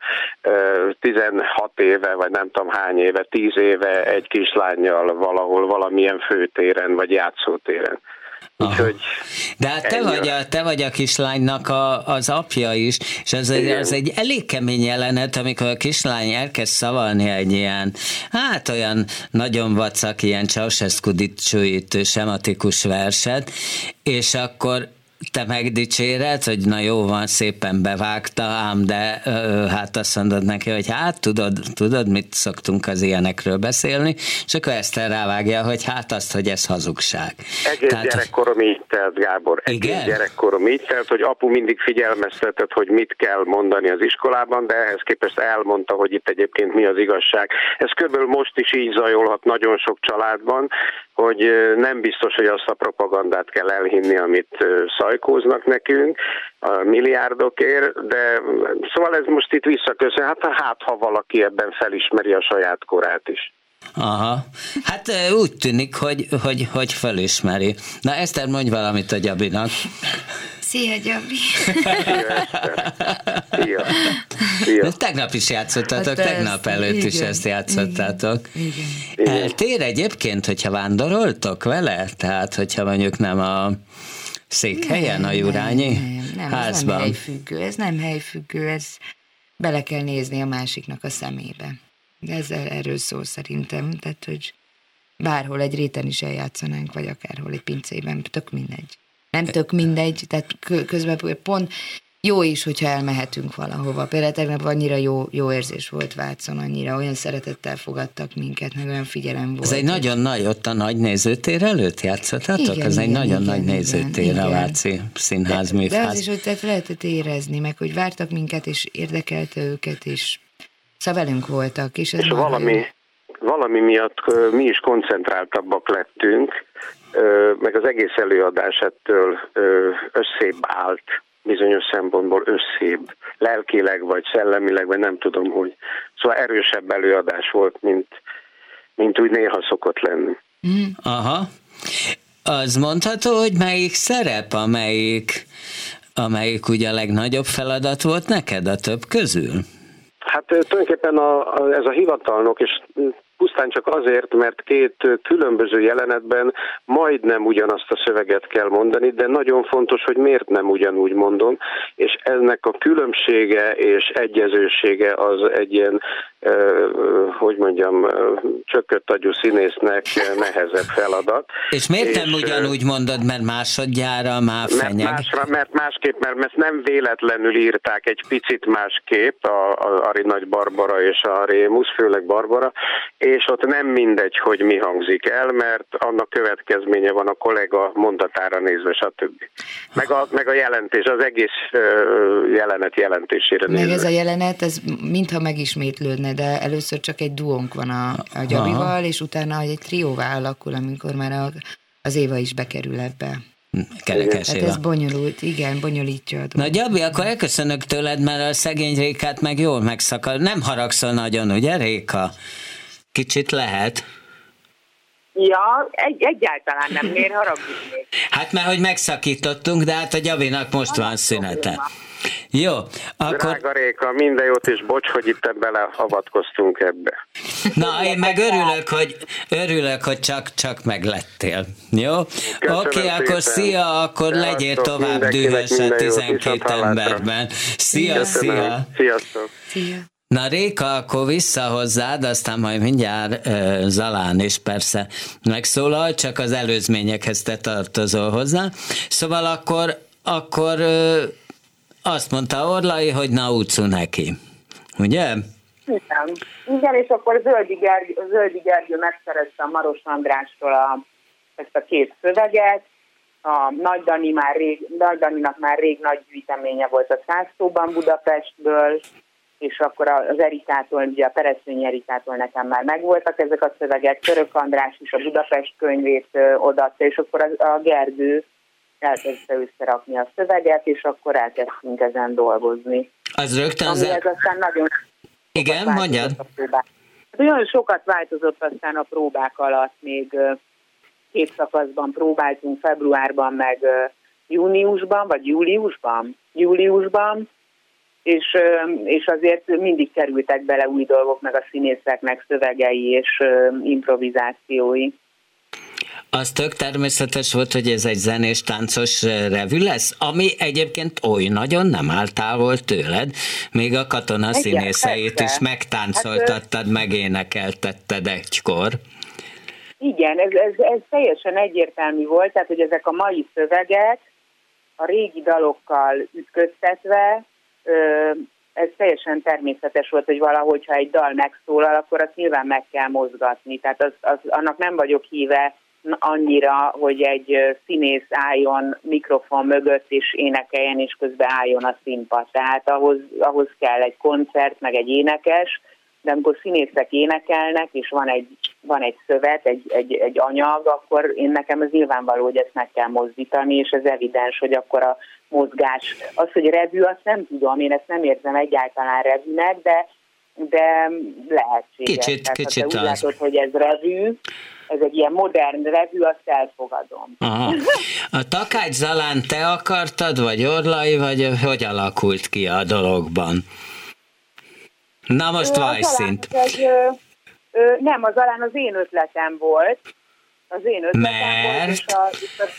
S7: tizenhat éve, vagy nem tudom hány éve, tíz éve egy kislánnyal valahol, valamilyen főtéren, vagy játszótéren. Úgyhogy
S2: de hát te vagy, a, te vagy a kislánynak a, az apja is, és az egy, az egy elég kemény jelenet, amikor a kislány elkezd szavalni egy ilyen, hát olyan nagyon vacak, ilyen Ceausescu dicsőítő, sematikus verset, és akkor te megdicséred, hogy na jó van, szépen bevágta, ám de ö, hát azt mondod neki, hogy hát tudod, tudod, mit szoktunk az ilyenekről beszélni, és akkor Eszter rávágja, hogy hát azt, hogy ez hazugság.
S7: Egész Tehát, gyerekkorom így telt, Gábor. Egész igen? gyerekkorom így telt, hogy apu mindig figyelmeztetett, hogy mit kell mondani az iskolában, de ehhez képest elmondta, hogy itt egyébként mi az igazság. Ez körülbelül most is így zajolhat nagyon sok családban, hogy nem biztos, hogy azt a propagandát kell elhinni, amit szajkóznak nekünk a milliárdokért, de szóval ez most itt visszaköszön, hát, hát ha valaki ebben felismeri a saját korát is.
S2: Aha, hát úgy tűnik, hogy, hogy, hogy felismeri. Na Eszter, mondj valamit a Gyabinak.
S3: Szia, Gyabi!
S7: Szia! Szia!
S2: Tegnap is játszottatok, hát tegnap előtt igen, is ezt játszottátok. Igen, igen. Eltér egyébként, hogyha vándoroltok vele? Tehát, hogyha mondjuk nem a székhelyen, a Jurányi
S3: nem, nem, nem,
S2: házban?
S3: Ez nem helyfüggő, ez nem helyfüggő, ez bele kell nézni a másiknak a szemébe. De ez erről szól szerintem, tehát, hogy bárhol egy réten is eljátszanánk, vagy akárhol egy pincében, tök mindegy. Nem tök mindegy, tehát közben pont jó is, hogyha elmehetünk valahova. Például tegnap annyira jó, jó érzés volt Vácon, annyira olyan szeretettel fogadtak minket, meg olyan figyelem volt.
S2: Ez egy nagyon nagy, ott a nagy nézőtér előtt játszottatok? Ez egy igen, nagyon igen, nagy igen, nézőtér igen. A Váci Színház, Műfház.
S3: De az is, hogy tehát lehetett érezni, meg hogy vártak minket, és érdekelte őket, és szóval velünk voltak. És, ez
S7: és valami, valami miatt mi is koncentráltabbak lettünk, meg az egész előadás ettől összébb állt, bizonyos szempontból összébb, lelkileg vagy szellemileg, vagy nem tudom, hogy. Szóval erősebb előadás volt, mint, mint úgy néha szokott lenni.
S2: Aha. Az mondható, hogy melyik szerep, amelyik, amelyik ugye a legnagyobb feladat volt neked a több közül?
S7: Hát tulajdonképpen a, a, ez a hivatalnok, és pusztán csak azért, mert két különböző jelenetben majdnem ugyanazt a szöveget kell mondani, de nagyon fontos, hogy miért nem ugyanúgy mondom, és ennek a különbsége és egyezősége az egy ilyen hogy mondjam, csökkött agyú színésznek nehezebb feladat.
S2: És miért nem
S7: és,
S2: ugyanúgy mondod, mert másodjára már fenyeg?
S7: Mert, más, mert másképp, mert ezt nem véletlenül írták egy picit másképp, a, a Ari Nagy Barbara és a Rémusz, főleg Barbara, és ott nem mindegy, hogy mi hangzik el, mert annak következménye van a kollega mondatára nézve, stb. Meg a, meg a jelentés, az egész jelenet jelentésére
S3: meg
S7: nézve.
S3: Ez a jelenet, ez mintha megismétlődne, de először csak egy duónk van a, a Gyabival, és utána egy trióvá alakul, amikor már a, az Éva is bekerül ebbe.
S2: Kerekes
S3: Hát
S2: Éva.
S3: ez bonyolult, igen, bonyolítja a dolgot.
S2: Na Gyabi, akkor elköszönök tőled, mert a szegény Rékát meg jól megszakad. Nem haragszol nagyon, ugye Réka? Kicsit lehet.
S5: Ja, egy, egyáltalán nem, miért haragudnék?
S2: Hát már, hogy megszakítottunk, de hát a Gyabinak most van szünete. Jó, akkor...
S7: Drága Réka, minden jót, és bocs, hogy itt beleavatkoztunk ebbe.
S2: Na, én meg örülök, hogy, örülök, hogy csak, csak meglettél. Jó? Oké, okay, akkor szia, akkor
S7: Sziasztok,
S2: legyél tovább dühösen tizenkét emberben. Szia,
S7: Köszönöm.
S2: szia.
S7: Sziasztok.
S3: Szia.
S2: Na Réka, akkor vissza hozzád, aztán majd mindjárt uh, Zalán is persze megszólal, csak az előzményekhez te tartozol hozzá. Szóval akkor, akkor uh, azt mondta Orlai, hogy na utcu neki. Ugye?
S5: Igen. Igen, és akkor Zöldi Gergő, Zöldi Gergő megszerezte a Maros Andrástól a, ezt a két szöveget. A Nagy Dani már rég, Nagy Daninak már rég nagy gyűjteménye volt a Szásztóban Budapestből, és akkor az Erikától, ugye a Pereszényi Erikától nekem már megvoltak ezek a szövegek, Török András is a Budapest könyvét odaadta, és akkor a, a Gergő elkezdte összerakni a szöveget, és akkor elkezdtünk ezen dolgozni.
S2: Az rögtön...
S5: Ami ez aztán nagyon
S2: Igen, mondjad.
S5: Hát nagyon sokat változott aztán a próbák alatt, még két szakaszban próbáltunk, februárban, meg júniusban, vagy júliusban, júliusban, és, és azért mindig kerültek bele új dolgok, meg a színészeknek szövegei és improvizációi.
S2: Az tök természetes volt, hogy ez egy zenés táncos revű lesz, ami egyébként oly nagyon nem áll távol tőled, még a Katona igen, színészeit persze. is megtáncoltattad, hát, megénekeltetted egykor.
S5: Igen, ez, ez, ez teljesen egyértelmű volt, tehát hogy ezek a mai szövegek a régi dalokkal ütköztetve, ez teljesen természetes volt, hogy valahogy, ha egy dal megszólal, akkor azt nyilván meg kell mozgatni. Tehát az, az, annak nem vagyok híve annyira, hogy egy színész álljon mikrofon mögött, és énekeljen, és közben álljon a színpad. Tehát ahhoz, ahhoz kell egy koncert, meg egy énekes, de amikor színészek énekelnek, és van egy, van egy szövet, egy, egy, egy anyag, akkor én nekem ez nyilvánvaló, hogy ezt meg kell mozdítani, és ez evidens, hogy akkor a mozgás. Az, hogy revű, azt nem tudom, én ezt nem érzem egyáltalán revűnek, de, de lehetséges.
S2: Kicsit,
S5: Tehát,
S2: kicsit
S5: ha te úgy
S2: az.
S5: látod, hogy ez revű, ez egy ilyen modern revű, azt elfogadom.
S2: Aha. A Takács Zalán te akartad, vagy Orlai, vagy hogy alakult ki a dologban? Na most vajszint.
S5: Nem, az Zalán az én ötletem volt. Az én ötletem
S2: Mert?
S5: volt, és a, és a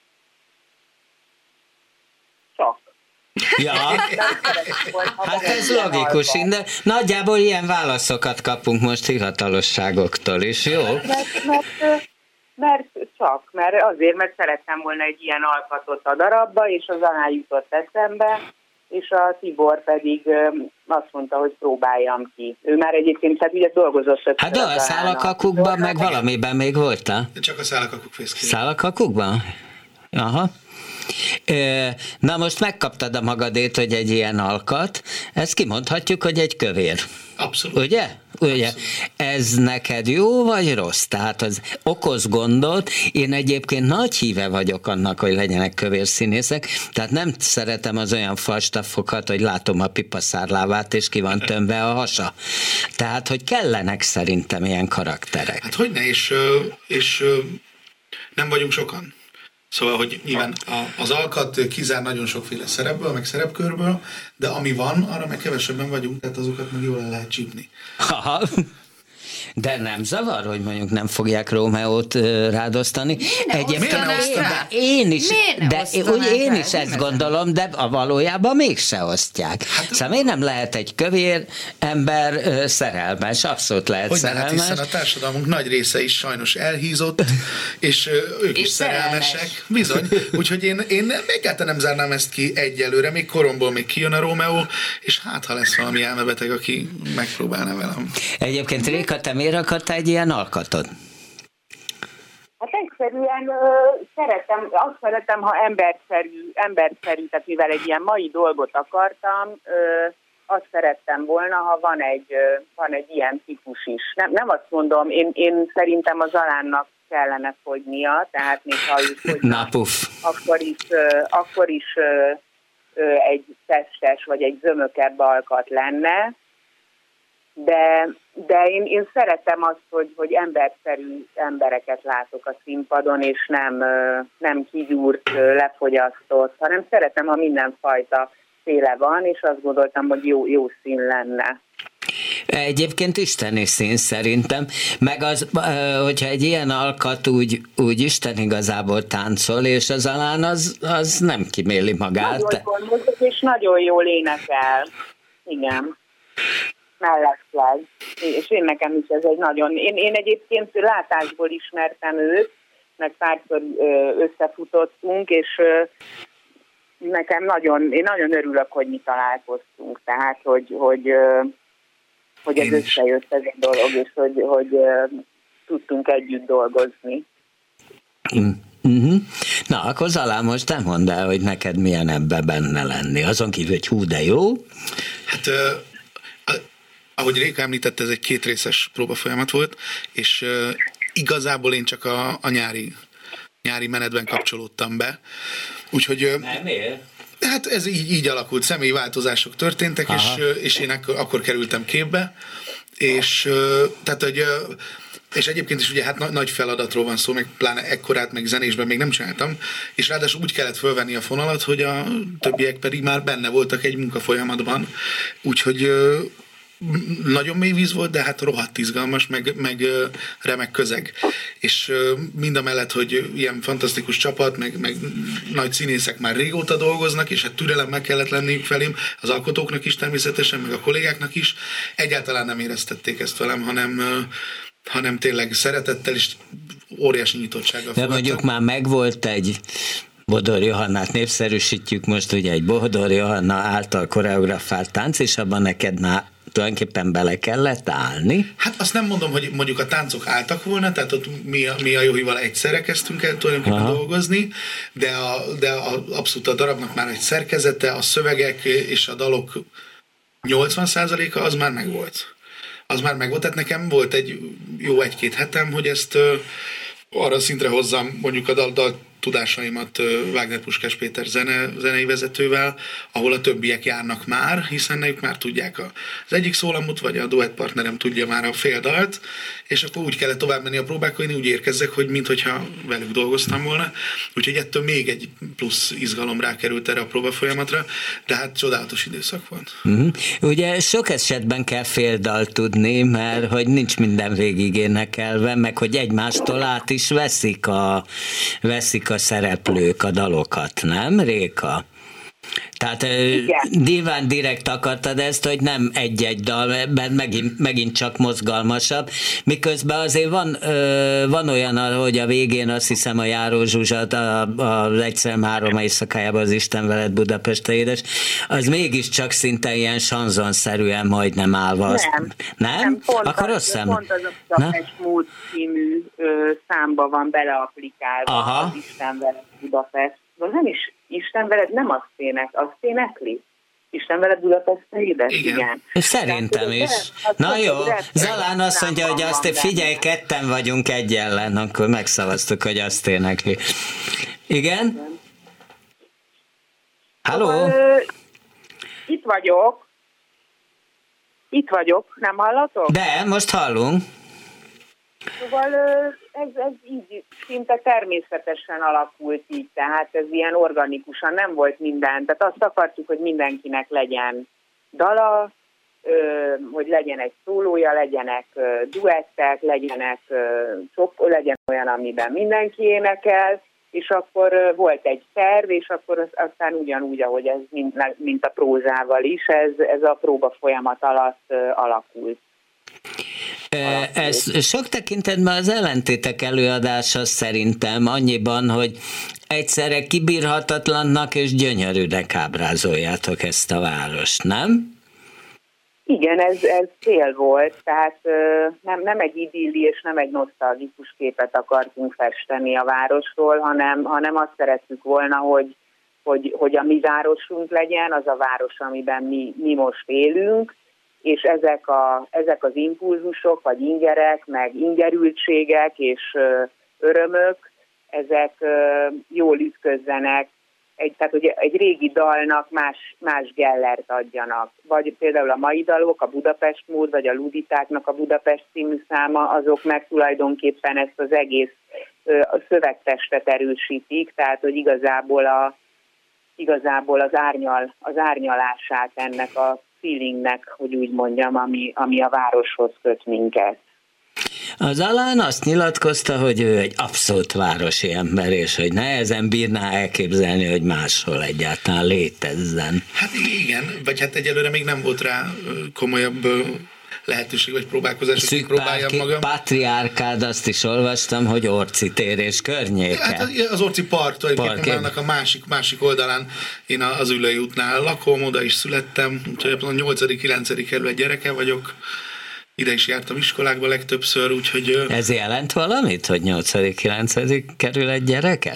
S5: csak.
S2: Ja, hát ez logikus, de nagyjából ilyen válaszokat kapunk most hivatalosságoktól is, jó?
S5: Mert, mert, mert csak, mert azért, mert szerettem volna egy ilyen alkatot a darabba, és az Zalán jutott eszembe, és a Tibor pedig azt mondta, hogy próbáljam ki. Ő már egyébként, tehát ugye dolgozott össze.
S2: Hát de a Szálakakukban meg valamiben még voltál?
S4: Csak a Szálakakuk fész ki.
S2: Szálakakukban? Aha. Na most megkaptad a magadét, hogy egy ilyen alkat, ezt kimondhatjuk, hogy egy kövér.
S4: Abszolút.
S2: Ugye? Ugye?
S4: Abszolút.
S2: Ez neked jó vagy rossz? Tehát az okoz gondot. Én egyébként nagy híve vagyok annak, hogy legyenek kövér színészek, tehát nem szeretem az olyan falstaffokat, hogy látom a pipaszárlávát, és ki van tömve a hasa. Tehát, hogy kellenek szerintem ilyen karakterek.
S4: Hát hogyne, és, és nem vagyunk sokan. Szóval, hogy nyilván az alkat kizár nagyon sokféle szerepből, meg szerepkörből, de ami van, arra meg kevesebben vagyunk, tehát azokat meg jól el lehet csípni.
S2: Aha. De nem zavar, hogy mondjuk nem fogják Rómeót rádosztani? Egyébként
S3: rá?
S2: én is, de úgy én
S3: rá?
S2: is ezt gondolom, de a valójában mégse osztják. Hát, szóval miért nem lehet egy kövér ember szerelmes? Abszolút lehet
S4: hogy
S2: szerelmes.
S4: Lehet, hiszen a társadalmunk nagy része is sajnos elhízott, és ők és is szerelmesek. Szerelmes. Bizony. Úgyhogy én, én egyáltalán nem zárnám ezt ki egyelőre, még koromból még kijön a Rómeó, és hát ha lesz valami elmebeteg, aki megpróbálna velem.
S2: Egyébként Réka, te miért akartál egy ilyen alkatot?
S5: Hát egyszerűen ö, szeretem, azt szeretem, ha emberszerű, emberszerű, tehát mivel egy ilyen mai dolgot akartam, ö, azt szerettem volna, ha van egy, ö, van egy ilyen típus is. Nem, nem azt mondom, én, én szerintem az Alánnak kellene fogynia, tehát még ha ő fogyna, akkor is, ö, akkor is ö, ö, egy testes vagy egy zömökebb alkat lenne, de, de én, én szeretem azt, hogy, hogy emberszerű embereket látok a színpadon, és nem, nem kigyúrt, lefogyasztott, hanem szeretem, ha mindenfajta féle van, és azt gondoltam, hogy jó, jó szín lenne.
S2: Egyébként isteni szín szerintem, meg az, hogyha egy ilyen alkat úgy, úgy Isten igazából táncol, és az Alán az, az nem kiméli magát.
S5: Nagyon gondozott, és nagyon jól énekel. Igen. Mellesleg. És én nekem is ez egy nagyon... Én, én egyébként látásból ismertem őt, meg párszor összefutottunk, és nekem nagyon, én nagyon örülök, hogy mi találkoztunk, tehát, hogy, hogy, hogy ez összejött ez a dolog, és hogy, hogy tudtunk együtt dolgozni.
S2: Mm-hmm. Na, akkor Zalán, most te mondd el, hogy neked milyen ebbe benne lenni. Azon kívül, hogy hú, de jó.
S4: Hát... Uh... Ahogy Réka említette, ez egy kétrészes próbafolyamat volt, és uh, igazából én csak a, a nyári, nyári menetben kapcsolódtam be. Úgyhogy... Uh,
S2: Nem, miért?
S4: Hát ez így, így alakult, személyi változások történtek, és, uh, és én akkor, akkor kerültem képbe, és uh, tehát, hogy... Uh, és egyébként is ugye hát nagy feladatról van szó, meg pláne ekkorát, meg zenésben még nem csináltam, és ráadásul úgy kellett fölvenni a fonalat, hogy a többiek pedig már benne voltak egy munkafolyamatban, úgyhogy... Uh, nagyon mély víz volt, de hát rohadt izgalmas, meg, meg remek közeg. És mind a mellett, hogy ilyen fantasztikus csapat, meg, meg nagy színészek már régóta dolgoznak, és hát türelemmel kellett lenniük felém, az alkotóknak is természetesen, meg a kollégáknak is, egyáltalán nem éreztették ezt velem, hanem, hanem tényleg szeretettel és óriási nyitottsággal
S2: fogadtak. De mondjuk már megvolt egy Bodor Johannát népszerűsítjük most, ugye egy Bodor Johanna által koreografált tánc, és abban neked már tulajdonképpen bele kellett állni?
S4: Hát azt nem mondom, hogy mondjuk a táncok álltak volna, tehát ott mi a, mi a Johival egyszerre kezdtünk el tulajdonképpen Aha. dolgozni, de, a, de a, abszolút a darabnak már egy szerkezete, a szövegek és a dalok nyolcvan százaléka az már megvolt. Az már megvolt, tehát nekem volt egy jó egy-két hetem, hogy ezt uh, arra szintre hozzam mondjuk a dal, dal tudásaimat Wagner Puskás Péter zene, zenei vezetővel, ahol a többiek járnak már, hiszen ők már tudják az egyik szólamot, vagy a duettpartnerem tudja már a fél dalt, és akkor úgy kellett tovább menni a próbákon, én úgy érkezzek, hogy minthogyha velük dolgoztam volna, úgyhogy ettől még egy plusz izgalom rákerült erre a próbafolyamatra, de hát csodálatos időszak volt.
S2: Mm-hmm. Ugye sok esetben kell fél dalt tudni, mert hogy nincs minden végig énekelve, meg hogy egymástól át is veszik a, veszik a szereplők a dalokat, nem, Réka? Tehát nyilván direkt akartad ezt, hogy nem egy-egy dal, mert megint, megint csak mozgalmasabb, miközben azért van, van olyan, hogy a végén azt hiszem a Járó Zsuzsat, az Egyszerem három éjszakájában az Isten veled Budapeste édes, az mégiscsak szinte ilyen sanzonszerűen majdnem állva.
S5: Nem,
S2: azt, nem?
S5: nem pont,
S2: Akkor
S5: az, pont az a Budapest Mód című ö, számba van beleaplikálva Aha. az Isten veled Budapest. De nem is Isten veled, nem azt ének, azt énekli. Isten veled Budapeste édes, igen. igen.
S2: Szerintem Tehát, is. Az Na jó, Zalán azt mondja, hogy azt figyelj, ketten vagyunk egy ellen, akkor megszavaztuk, hogy azt énekli. Igen? igen. Halló?
S5: Szóval, itt vagyok. Itt vagyok, nem hallatok?
S2: De, most hallunk.
S5: Szóval ez, ez így szinte természetesen alakult így, tehát ez ilyen organikusan nem volt minden. Tehát azt akartuk, hogy mindenkinek legyen dala, hogy legyen egy szólója, legyenek duettek, legyenek, legyen olyan, amiben mindenki énekel, és akkor volt egy terv, és akkor aztán ugyanúgy, ahogy ez mint, mint a prózával is, ez, ez a próba folyamat alatt alakult.
S2: Ez sok tekintetben az ellentétek előadása szerintem annyiban, hogy egyszerre kibírhatatlannak és gyönyörűnek ábrázoljátok ezt a várost, nem?
S5: Igen, ez, ez cél volt, tehát nem, nem egy idilli és nem egy nosztalgikus képet akartunk festeni a városról, hanem, hanem azt szerettük volna, hogy, hogy, hogy a mi városunk legyen, az a város, amiben mi, mi most élünk, és ezek, a, ezek az impulzusok, vagy ingerek, meg ingerültségek és örömök, ezek jól ütközzenek, egy, tehát hogy egy régi dalnak más, más gellert adjanak. Vagy például a mai dalok, a Budapest mód, vagy a Luditáknak a Budapest című száma, azok meg tulajdonképpen ezt az egész a szövegtestet erősítik, tehát hogy igazából, a, igazából az, árnyal, az árnyalását ennek a feelingnek, hogy úgy mondjam, ami, ami a városhoz köt minket.
S2: Az Alán azt nyilatkozta, hogy ő egy abszolút városi ember, és hogy nehezen bírná elképzelni, hogy máshol egyáltalán létezzen.
S4: Hát igen, vagy hát egyelőre még nem volt rá komolyabb lehetőség, vagy próbálkozás, hogy próbáljam magam.
S2: Patriárkád, azt is olvastam, hogy Orci tér és környéke.
S4: Hát az Orci park tulajdonképpen annak a másik, másik oldalán, én az Üllői útnál lakom, oda is születtem, úgyhogy a nyolcadik-kilencedik kerület gyereke vagyok. Ide is jártam iskolákba legtöbbször, úgyhogy...
S2: Ez jelent valamit, hogy nyolcadik-kilencedik kerület gyereke?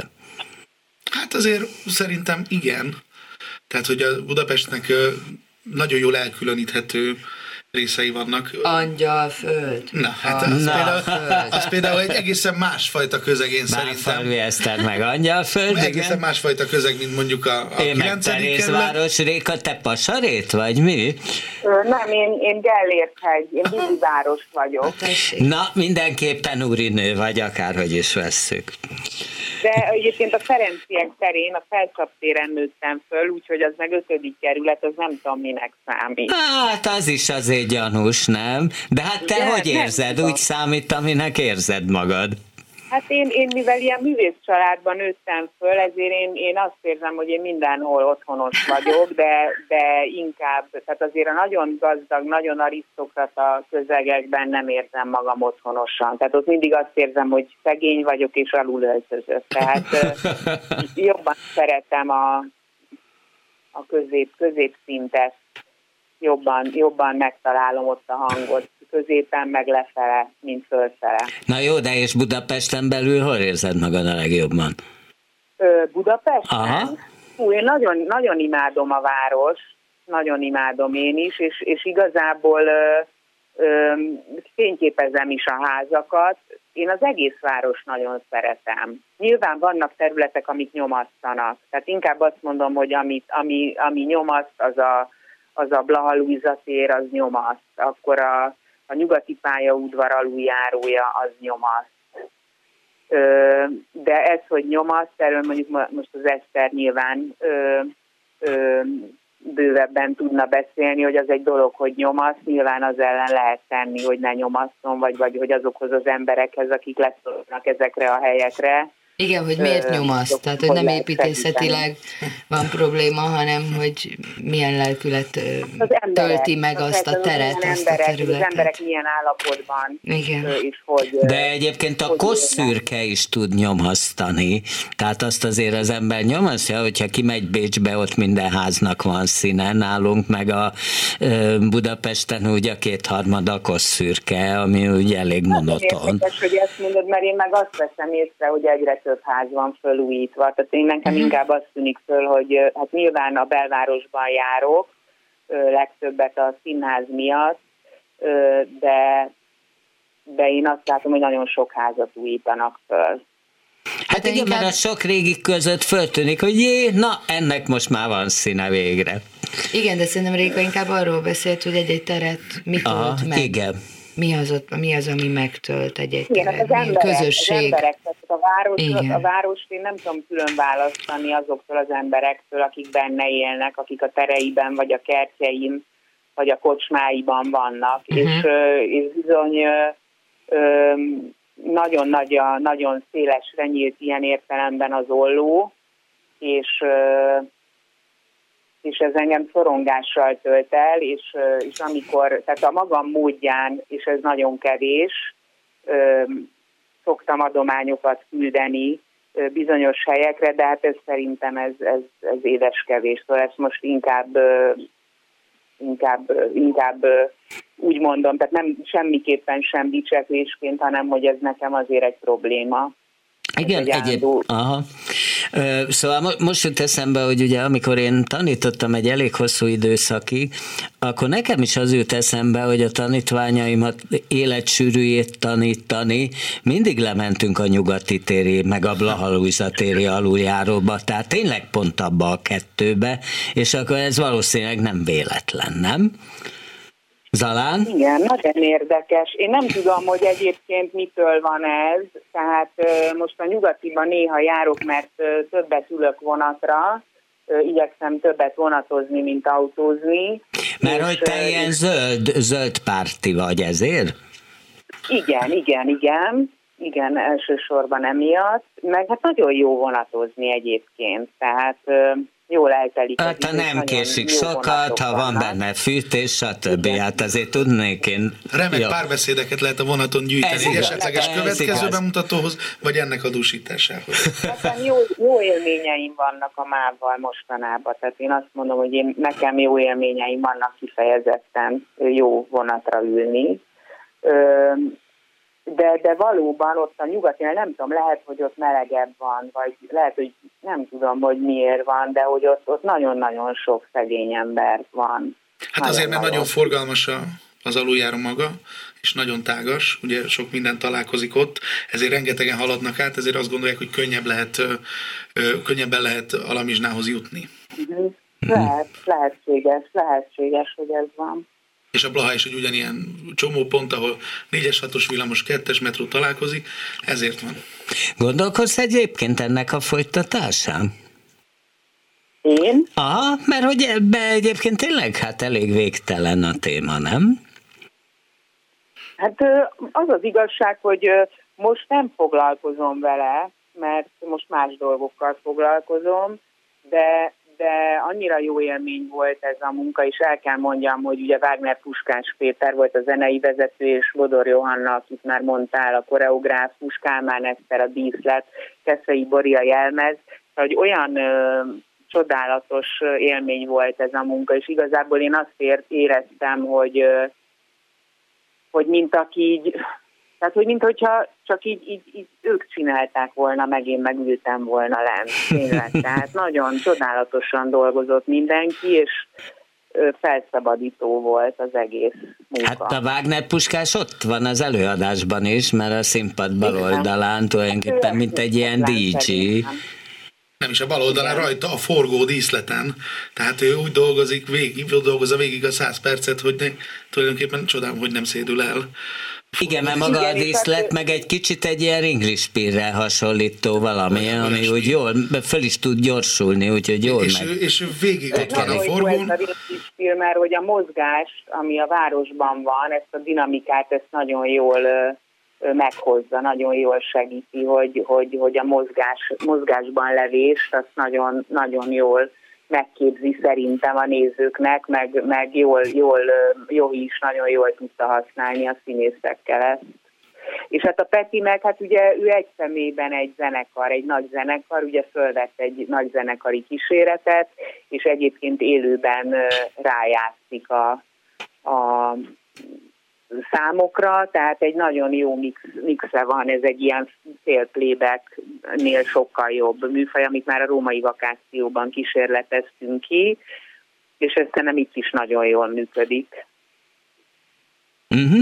S4: Hát azért szerintem igen. Tehát, hogy a Budapestnek nagyon jól elkülöníthető részei vannak.
S3: Angyalföld.
S4: Na, hát az,
S2: Na.
S4: Például, az például egy egészen másfajta közeg, én szerintem.
S2: Bárfalvi Eszter meg Angyalföld,
S4: egészen
S2: igen.
S4: másfajta közeg, mint mondjuk a, a
S2: Én meg
S4: kilencedik kerület.
S2: Terézváros, Réka, te Pasarét vagy mi?
S5: Nem, én, én Gellérthegy, én víziváros vagyok.
S2: Na, mindenképpen úrinő vagy, akárhogy is vesszük.
S5: De egyébként a Ferenciek terén, a Felcsap téren nőttem föl, úgyhogy az meg ötödik kerület, az nem tudom minek számít.
S2: Hát az is azért gyanús, nem? De hát te
S5: De,
S2: hogy
S5: nem
S2: érzed?
S5: tudom.
S2: Úgy számít, aminek érzed magad.
S5: Hát én, én mivel ilyen művész családban nőttem föl, ezért én, én azt érzem, hogy én mindenhol otthonos vagyok, de, de inkább, tehát azért a nagyon gazdag, nagyon arisztokrata közegekben nem érzem magam otthonosan. Tehát ott mindig azt érzem, hogy szegény vagyok és alul öltözök. Tehát jobban szeretem a, a közép, középszintet, jobban, jobban megtalálom ott a hangot, középen meg lefele, mint fölfele.
S2: Na jó, de és Budapesten belül hol érzed magad a legjobban?
S5: Ö, Budapesten?
S2: Aha.
S5: Hú, én nagyon, nagyon imádom a város, nagyon imádom én is, és, és igazából ö, ö, fényképezem is a házakat. Én az egész város nagyon szeretem. Nyilván vannak területek, amik nyomasztanak. Tehát inkább azt mondom, hogy amit, ami, ami nyomaszt, az a, az a Blaha Lujza tér, az nyomaszt. Akkor a A nyugati pályaudvar aluljárója az nyomaszt. De ez, hogy nyomaszt, erről mondjuk most az Eszter nyilván ö, ö, bővebben tudna beszélni, hogy az egy dolog, hogy nyomaszt, nyilván az ellen lehet tenni, hogy ne nyomasszon, vagy, vagy hogy azokhoz az emberekhez, akik leszorulnak ezekre a helyekre.
S3: Igen, hogy miért nyomaszt, tehát hogy nem építészetileg van probléma, hanem hogy milyen lelkület emberek, tölti meg azt a teret, azt a területet.
S5: Az emberek milyen állapotban.
S3: Igen.
S5: És hogy,
S2: De egyébként a kosszürke is tud nyomasztani, tehát azt azért az ember nyomasztja, hogyha kimegy Bécsbe, ott minden háznak van színe, nálunk meg a Budapesten úgy a kétharmada kosszürke, ami úgy elég monoton.
S5: Érdekes, hogy ezt mondod, mert én meg azt veszem észre, hogy egyre több ház van fölújítva. Tehát én nekem uh-huh. inkább azt tűnik föl, hogy hát nyilván a belvárosban járok, legtöbbet a színház miatt, de, de én azt látom, hogy nagyon sok házat újítanak föl.
S2: Hát igen, mert a sok régi között föltűnik, hogy jé, na, ennek most már van színe végre.
S3: Igen, de szerintem Réka inkább arról beszélt, hogy egy-egy teret mit
S2: Aha,
S3: meg.
S2: Igen.
S3: Mi az, ott, mi az, ami megtölt egy-egy
S5: igen,
S3: teret?
S5: az emberek,
S3: közösség.
S5: Az emberek, tehát a város, a várost én nem tudom külön választani azoktól az emberektől, akik benne élnek, akik a tereiben vagy a kertjeim vagy a kocsmáiban vannak, uh-huh. és, és bizony nagyon nagy a, nagyon szélesre nyílt ilyen értelemben az olló, és, és ez engem szorongással tölt el, és, és amikor, tehát a magam módján, és ez nagyon kevés, szoktam adományokat küldeni bizonyos helyekre, de hát ez szerintem ez, ez, ez édeskevés, szóval ezt most inkább inkább, inkább úgy mondom, tehát nem semmiképpen sem dicsekvésként, hanem hogy ez nekem azért egy probléma.
S2: Igen, egyéb. Aha. Szóval most jut eszembe, hogy ugye amikor én tanítottam egy elég hosszú időszakig, akkor nekem is az jut eszembe, hogy a tanítványaimat életsűrűjét tanítani, mindig lementünk a Nyugati téri, meg a Blaha-Lujza téri aluljáróba, tehát tényleg pont abba a kettőbe, és akkor ez valószínűleg nem véletlen, nem? Zalán?
S5: Igen, nagyon érdekes. Én nem tudom, hogy egyébként mitől van ez, tehát most a Nyugatiban néha járok, mert többet ülök vonatra, igyekszem többet vonatozni, mint autózni.
S2: Mert hogy te ilyen zöld, zöld párti vagy ezért?
S5: Igen, igen, igen. Igen, elsősorban emiatt. Meg hát nagyon jó vonatozni egyébként, tehát jól eltelik.
S2: Hát ha nem késik sokat, ha van benne fűtés, stb. Igen. Hát azért tudnék én...
S4: Remek jó. Párbeszédeket lehet a vonaton gyűjteni egy esetleges következő bemutatóhoz, vagy ennek a dúsításához.
S5: Nekem jó, jó élményeim vannak a mávval mostanában, tehát én azt mondom, hogy én, nekem jó élményeim vannak kifejezetten jó vonatra ülni. De, de valóban ott a Nyugatin, nem tudom, lehet, hogy ott melegebb van, vagy lehet, hogy nem tudom, hogy miért van, de hogy ott, ott nagyon-nagyon sok szegény ember van.
S4: Hát nagyon azért, mert nagyon, nagyon forgalmas a, az aluljáró maga, és nagyon tágas, ugye sok minden találkozik ott, ezért rengetegen haladnak át, ezért azt gondolják, hogy könnyebb lehet, ö, könnyebben lehet Alamizsnához jutni.
S5: Uh-huh. Lehet, lehetséges, lehetséges, hogy ez van.
S4: És a Blaha is egy ugyanilyen csomó pont, ahol négyes, hatos villamos, kettes metró találkozik, ezért van.
S2: Gondolkodsz egyébként ennek a folytatásán?
S5: Én?
S2: Aha, mert hogy ebbe egyébként tényleg hát elég végtelen a téma, nem?
S5: Hát az az igazság, hogy most nem foglalkozom vele, mert most más dolgokkal foglalkozom, de de annyira jó élmény volt ez a munka, és el kell mondjam, hogy ugye Wagner Puskás Péter volt a zenei vezető, és Bodor Johanna, akit már mondtál, a koreográfus, Kálmán Eszter a díszlet, Keszei Bori a jelmez, hogy olyan ö, csodálatos élmény volt ez a munka, és igazából én azt ért, éreztem, hogy, ö, hogy mint aki így, tehát, hogy minthogyha csak így, így, így ők csinálták volna, meg én megültem volna lent. Tényleg. Tehát nagyon csodálatosan dolgozott mindenki, és felszabadító volt az egész munka.
S2: Hát a Wagner Puskás ott van az előadásban is, mert a színpad bal oldalán tulajdonképpen mint egy ilyen dé dzsé.
S4: Nem is a bal oldalán, rajta a forgó díszleten, tehát ő úgy dolgozik, végig, dolgozza végig a száz percet, hogy ne, tulajdonképpen csodálom, hogy nem szédül el.
S2: Igen, mert maga igen, a díszlet meg egy kicsit egy ilyen ringlispírre hasonlító valami, ami úgy jól, föl is tud gyorsulni, úgyhogy jól
S4: és
S2: meg...
S4: Ő, és ő végig ott van a forgón.
S5: Ez a ringlispír, mert hogy a mozgás, ami a városban van, ezt a dinamikát, ezt nagyon jól meghozza, nagyon jól segíti, hogy, hogy, hogy a mozgás, mozgásban levés, azt nagyon, nagyon jól megképzi szerintem a nézőknek, meg, meg jól, jól, jó is nagyon jól tudta használni a színészekkel ezt. És hát a Peti meg, hát ugye ő egy személyben egy zenekar, egy nagy zenekar, ugye fölvett egy nagy zenekari kíséretet, és egyébként élőben rájátszik a, a számokra, tehát egy nagyon jó mix, mixe van, ez egy ilyen fél playback-nél sokkal jobb műfaj, amit már a római vakációban kísérleteztünk ki, és ez szerintem itt is nagyon jól működik.
S2: Uh-huh.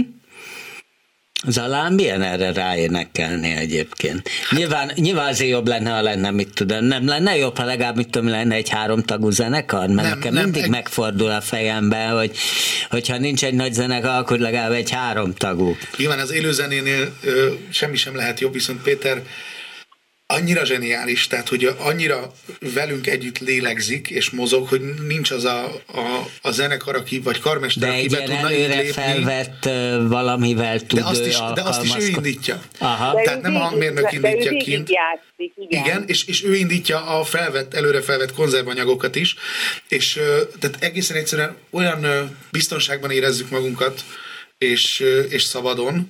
S2: Zalán milyen erre ráénekelni egyébként? Nyilván, nyilván azért jobb lenne, ha lenne, mit tudom, nem lenne jobb, ha legalább, mit tudom, lenne egy háromtagú zenekar? Mert nem, nekem nem, mindig egy... megfordul a fejemben, hogy hogyha nincs egy nagy zenekar, akkor legalább egy háromtagú.
S4: Nyilván az élőzenénél ö, semmi sem lehet jobb, viszont Péter annyira zseniális, tehát hogy annyira velünk együtt lélegzik és mozog, hogy nincs az a, a, a zenekar, aki, vagy karmester,
S2: de
S4: aki be tudna így lépni.
S2: felvett valamivel tud
S4: de azt is, de azt is ő indítja.
S2: Aha.
S4: De Tehát nem a hangmérnök indítja
S5: de
S4: kint.
S5: Játszik, igen,
S4: igen és, és ő indítja a felvett, előre felvett konzervanyagokat is, és tehát egészen egyszerűen olyan biztonságban érezzük magunkat, és, és szabadon,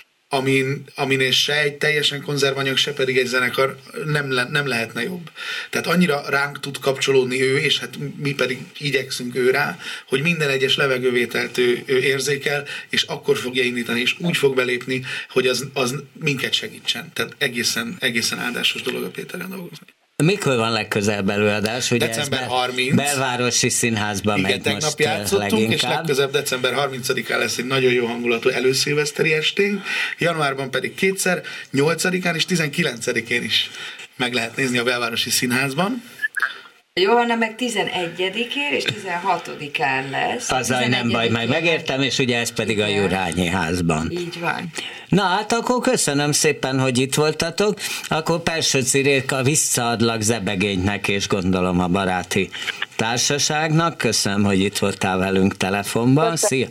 S4: amin, amin se egy teljesen konzervanyag, se pedig egy zenekar nem, le, nem lehetne jobb. Tehát annyira ránk tud kapcsolódni ő, és hát mi pedig igyekszünk ő rá, hogy minden egyes levegővételt ő, ő érzékel, és akkor fogja indítani, és úgy fog belépni, hogy az, az minket segítsen. Tehát egészen, egészen áldásos dolog a Péterrel dolgozni.
S2: Mikor van legközelebb előadás? Ugye
S4: december
S2: ez
S4: harmincadika
S2: Belvárosi Színházban
S4: igen,
S2: megy
S4: tegnap
S2: most
S4: játszottunk,
S2: leginkább.
S4: és legközelebb december harmincadikán lesz egy nagyon jó hangulatú előszilveszteri esténk, januárban pedig kétszer, nyolcadikán és tizenkilencedikén is meg lehet nézni a Belvárosi Színházban.
S3: Johanna meg tizenegyedikén és tizenhatodikán lesz.
S2: Azzal nem baj, majd megértem, és ugye ez pedig igen. a Jurányi Házban.
S3: Így van.
S2: Na hát akkor köszönöm szépen, hogy itt voltatok. Akkor Persőci Réka visszaadlak Zebegénynek, és gondolom a baráti társaságnak. Köszönöm, hogy itt voltál velünk telefonban. Szia!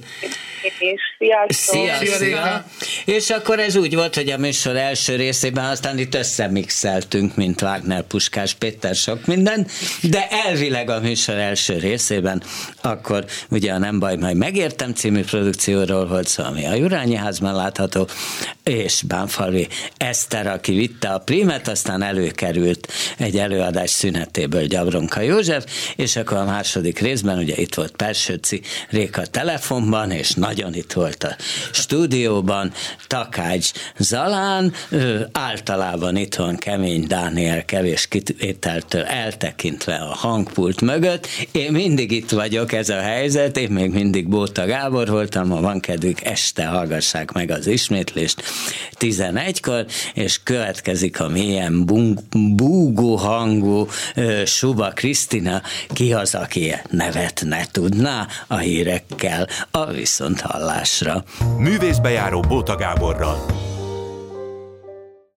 S5: És sziasztok!
S2: Szia, szia, szia. És akkor ez úgy volt, hogy a műsor első részében aztán itt összemixeltünk, mint Wagner, Puskás Péter, sok minden, de elvileg a műsor első részében akkor ugye a Nem baj, majd megértem című produkcióról volt szó, ami a Jurányi Házban látható, és Bánfalvi Eszter, aki vitte a prímet, aztán előkerült egy előadás szünetéből Gyabronka József, és akkor a második részben ugye itt volt Persőci Réka telefonban, és nagyon itt volt a stúdióban Takács Zalán, ő általában itthon Kemény Dániel kevés kivételtől eltekintve a hangpult mögött. Én mindig itt vagyok, ez a helyzet, én még mindig Bóta Gábor voltam, ha van kedvük, este hallgassák meg az ismétlést tizenegykor, és következik a mélyen búgó hangú uh, Suba Krisztina, ki az, aki nevet ne tudná a hírekkel, a viszonthallásra.
S1: Művészbejáró Bóta Gáborral.